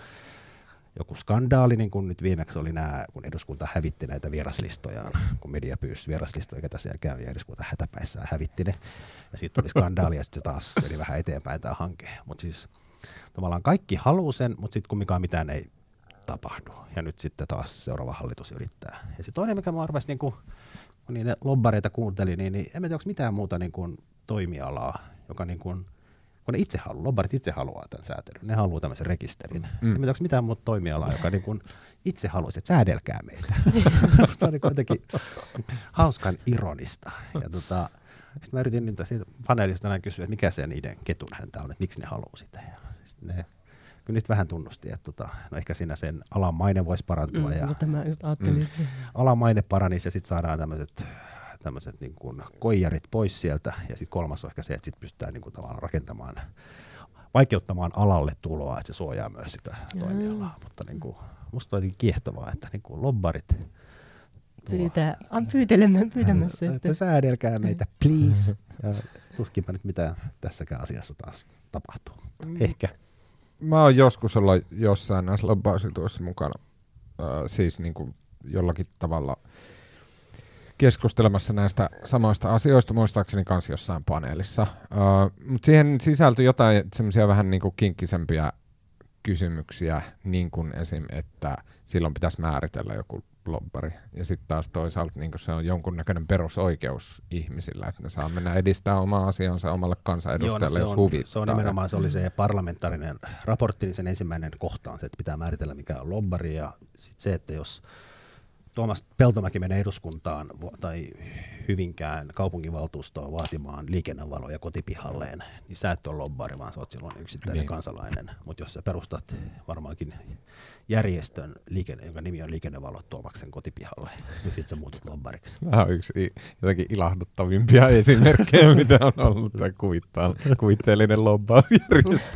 joku skandaali, niin kuin nyt viimeksi oli nämä, kun eduskunta hävitti näitä vieraslistojaan, kun media pyysi vieraslistoja, ketä siellä käy, ja eduskunta hätäpäissään hävitti ne. Ja sitten tuli skandaali, ja sitten se taas meni vähän eteenpäin tämä hanke. Mutta siis tavallaan kaikki haluaa sen, mutta sitten kumminkaan mitään ei tapahdu. Ja nyt sitten taas seuraava hallitus yrittää. Ja se toinen, mikä mä arvasin, niin kun niitä lobbareita kuuntelin, niin, niin en tiedä, onko mitään muuta niin kuin toimialaa, joka niin kuin, kun ne itse haluaa, lobbarit itse haluaa tämän säätelyn, ne haluaa tämmöisen rekisterin. Mm. En tiedä, onko mitään muuta toimialaa, joka niin kuin itse haluaisi, että säädelkää meitä. Se on niin jotenkin hauskan ironista. Ja tota, Sitten mä yritin niitä siitä paneelista näin kysyä, että mikä se niiden ketun häntä on, että miksi ne haluaa sitä. Ja siis ne, kyllä niistä vähän tunnusti, että tota, no ehkä siinä sen alan maine voisi parantua. Mm, ja mutta mä just ajattelin. Mm. Alan maine paranisi ja sitten saadaan tämmöiset tämmöiset niin kuin koijarit pois sieltä. Ja sitten kolmas on ehkä se, että sitten pystytään niin kuin tavallaan rakentamaan, vaikeuttamaan alalle tuloa, että se suojaa myös sitä toimialaa. Mutta niin kuin, musta on jotenkin kiehtovaa, että niin kuin lobbarit Pyytää, on pyytelemään, pyytämässä. Että, että säädelkää meitä, please. Ja tuskinpä nyt mitään tässäkään asiassa taas tapahtuu. Ehkä. Mä oon joskus olla jossain näissä lobbausjutuissa mukana. Äh, siis niin kuin jollakin tavalla keskustelemassa näistä samoista asioista, muistaakseni kanssa jossain paneelissa. Uh, mutta siihen sisältyi jotain semmoisia vähän niin kuin kinkkisempiä kysymyksiä, niin kuin esim. Että silloin pitäisi määritellä joku lobbari. Ja sitten taas toisaalta niin kuin se on jonkunnäköinen perusoikeus ihmisillä, että ne saa mennä edistämään omaa asiansa omalle kansanedustajalle, Joo, no jos huvittaa. Se on nimenomaan, se oli se parlamentaarinen raportti, niin sen ensimmäinen kohta on se, että pitää määritellä mikä on lobbari. Ja sitten se, että jos Tuomas Peltomäki menee eduskuntaan tai Hyvinkään kaupunginvaltuustoon vaatimaan liikennevaloja kotipihalleen, niin sä et ole lobbari, vaan sä oot silloin yksittäinen niin. kansalainen. Mutta jos sä perustat varmaankin järjestön, liikenne, jonka nimi on Liikennevalot Tuomaksen kotipihalle, niin sit sä muutut lobbariksi. Tämä on yksi jotenkin ilahduttavimpia esimerkkejä, mitä on ollut tai kuvittaa, kuvitteellinen lobbausjärjestö.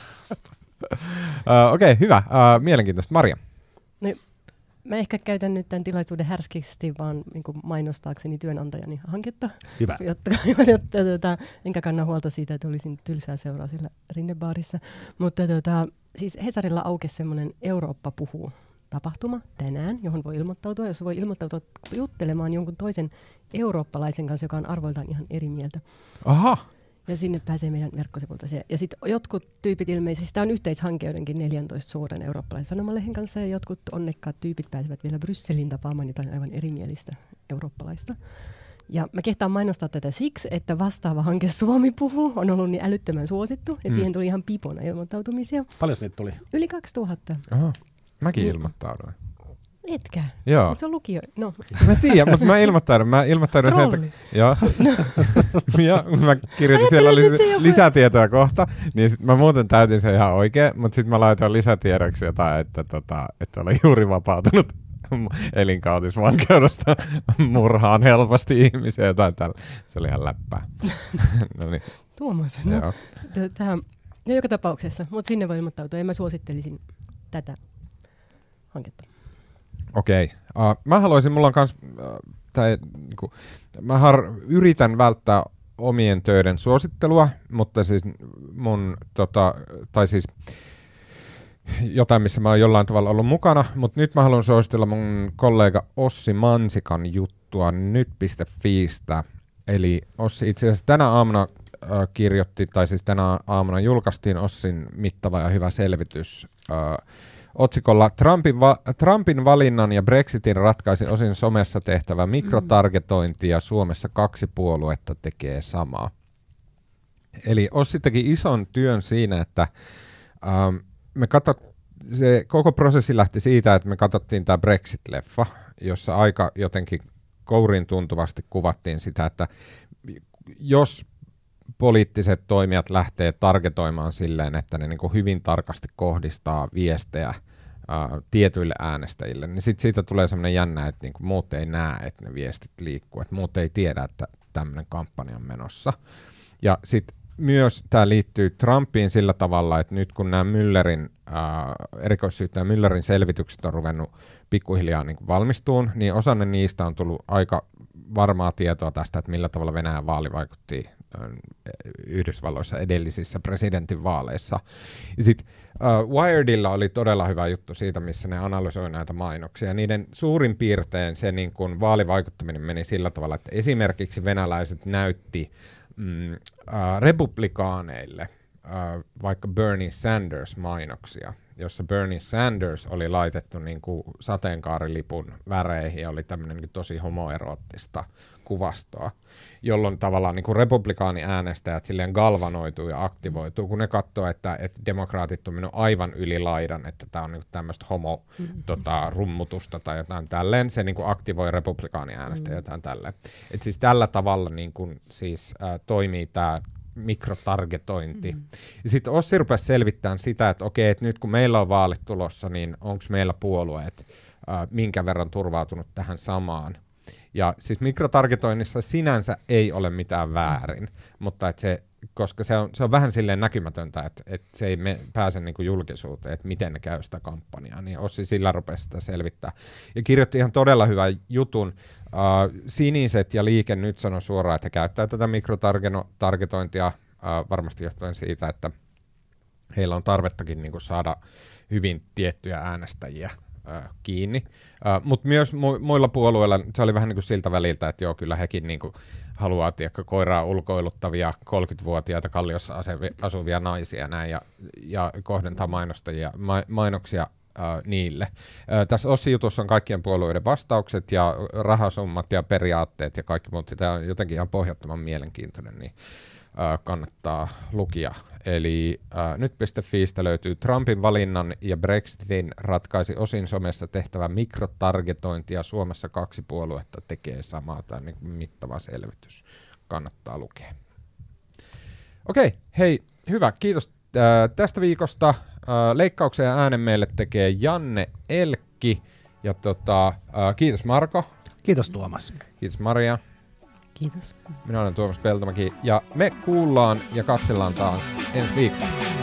uh, Okei, okay, hyvä. Uh, mielenkiintoista. Maria. No, mä ehkä käytän nyt tämän tilaisuuden härskisti vaan niin kuin mainostaakseni työnantajani hanketta. Hyvä. Jotta, jotta, tota, enkä kanna huolta siitä, että olisin tylsää seuraa sillä rinnebaarissa. Mutta tota, siis Hesarilla aukesi semmoinen Eurooppa puhuu tapahtuma tänään, johon voi ilmoittautua, jos voi ilmoittautua juttelemaan jonkun toisen eurooppalaisen kanssa, joka on arvoiltaan ihan eri mieltä. Aha. Ja sinne pääsee meidän verkkosivulta se. Ja sitten jotkut tyypit ilmeisesti, tämä on yhteishanke joidenkin neljäntoista suuren eurooppalaisen sanomalehen kanssa, ja jotkut onnekkaat tyypit pääsevät vielä Brysselin tapaamaan jotain aivan erimielistä eurooppalaista. Ja mä kehtaan mainostaa tätä siksi, että vastaava hanke Suomi puhuu on ollut niin älyttömän suosittu, että mm. siihen tuli ihan pipona ilmoittautumisia. Paljon niitä tuli? Yli kaksituhatta. Aha. Mäkin niin. ilmoittauduin. Etkä? Joo. Mutta se on lukio. No. Mä tiedän, mutta mä ilmoittaudun. Mä ilmoittaudun sen, että... Joo. Ja mä kirjoitin siellä lis- lisätietoa kohta, niin sit mä muuten täytin sen ihan oikein, mutta sitten mä laitoin lisätiedoksi jotain, että, tota, että olen juuri vapautunut elinkautisvankeudesta, murhaan helposti ihmisiä jotain tällä. Se oli ihan läppää. No niin. Tuomas, no. Tähän, no joka tapauksessa, mutta sinne voi ilmoittautua ja mä suosittelisin tätä hanketta. Okei. Okay. Uh, mä haluaisin, mulla on kans, uh, tai, niinku, mä har, yritän välttää omien töiden suosittelua, mutta siis mun, tota, tai siis jotain, missä mä oon jollain tavalla ollut mukana, mutta nyt mä haluan suositella mun kollega Ossi Mansikan juttua nyt piste fiistä. Eli Ossi itse asiassa tänä aamuna äh, kirjoitti, tai siis tänä aamuna julkaistiin Ossin mittava ja hyvä selvitys äh, otsikolla Trumpin, va- Trumpin valinnan ja Brexitin ratkaisi osin somessa tehtävä mikrotargetointi ja Suomessa kaksi puoluetta tekee samaa. Eli Ossi teki ison työn siinä, että ähm, me katsot, se koko prosessi lähti siitä, että me katsottiin tämä Brexit-leffa, jossa aika jotenkin kouriin tuntuvasti kuvattiin sitä, että jos poliittiset toimijat lähtee targetoimaan silleen, että ne niin kuin hyvin tarkasti kohdistaa viestejä ää, tietyille äänestäjille, niin sit siitä tulee sellainen jännä, että niin kuin muut ei näe, että ne viestit liikkuu, että muut ei tiedä, että tämmöinen kampanja on menossa. Ja sitten myös tämä liittyy Trumpiin sillä tavalla, että nyt kun nämä Müllerin, ää, erikoissyyttäjä Müllerin selvitykset on ruvennut pikkuhiljaa niin kuin valmistuun, niin osa niistä on tullut aika varmaa tietoa tästä, että millä tavalla Venäjän vaali vaikutti Yhdysvalloissa edellisissä presidentinvaaleissa. Ja sitten uh, Wiredilla oli todella hyvä juttu siitä, missä ne analysoi näitä mainoksia. Niiden suurin piirtein se niin kun vaalivaikuttaminen meni sillä tavalla, että esimerkiksi venäläiset näytti mm, uh, republikaaneille uh, vaikka Bernie Sanders mainoksia. jossa Bernie Sanders oli laitettu niin kuin sateenkaarilipun väreihin ja oli tämmöinen niin tosi homoeroottista kuvastoa, jolloin tavallaan niin kuin republikaaniäänestäjät silleen galvanoituu ja aktivoituu, kun ne katsoo, että, että demokraatit on mennyt aivan yli laidan, että tämä on niin tämmöistä homo-rummutusta tai jotain tälleen, se niin kuin aktivoi republikaaniäänestäjät jotain tälleen. Et siis tällä tavalla niin kuin siis äh, toimii tämä mikrotargetointi. Mm-hmm. Ja sitten Ossi rupesi selvittämään sitä, että okei, että nyt kun meillä on vaalit tulossa, niin onko meillä puolueet äh, minkä verran turvautunut tähän samaan. Ja siis mikrotargetoinnissa sinänsä ei ole mitään väärin, mutta et se, koska se on, se on vähän silleen näkymätöntä, että et se ei me pääse niinku julkisuuteen, että miten ne käy sitä kampanjaa, niin Ossi sillä rupesi sitä selvittää. Ja kirjoitti ihan todella hyvän jutun. Uh, Siniset ja Liike Nyt sanoi suoraan, että he käyttää tätä mikrotargetointia uh, varmasti johtuen siitä, että heillä on tarvettakin niinku saada hyvin tiettyjä äänestäjiä uh, kiinni. Uh, Mutta myös mu- muilla puolueilla se oli vähän niin kuin siltä väliltä, että joo, kyllä hekin niin kuin haluaa tiedäkö, koiraa ulkoiluttavia kolmekymmentävuotiaita Kalliossa asevi- asuvia naisia näin, ja, ja kohdentaa mainostajia, ma- mainoksia uh, niille. Uh, tässä Ossi-jutussa on kaikkien puolueiden vastaukset ja rahasummat ja periaatteet ja kaikki muut. Tämä on jotenkin ihan pohjattoman mielenkiintoinen, niin uh, kannattaa lukia. Eli äh, nyt piste fiistä löytyy Trumpin valinnan ja Brexitin ratkaisi osin somessa tehtävä mikrotargetointi ja Suomessa kaksi puoluetta tekee samaa. Tämä on niin mittava selvitys. Kannattaa lukea. Okei, hei, hyvä. Kiitos äh, tästä viikosta. Äh, leikkauksen ja äänen meille tekee Janne Elkki. Ja tota, äh, kiitos Marko. Kiitos Tuomas. Kiitos Maria. Kiitos. Minä olen Tuomas Peltomäki ja me kuullaan ja katsellaan taas ensi viikolla.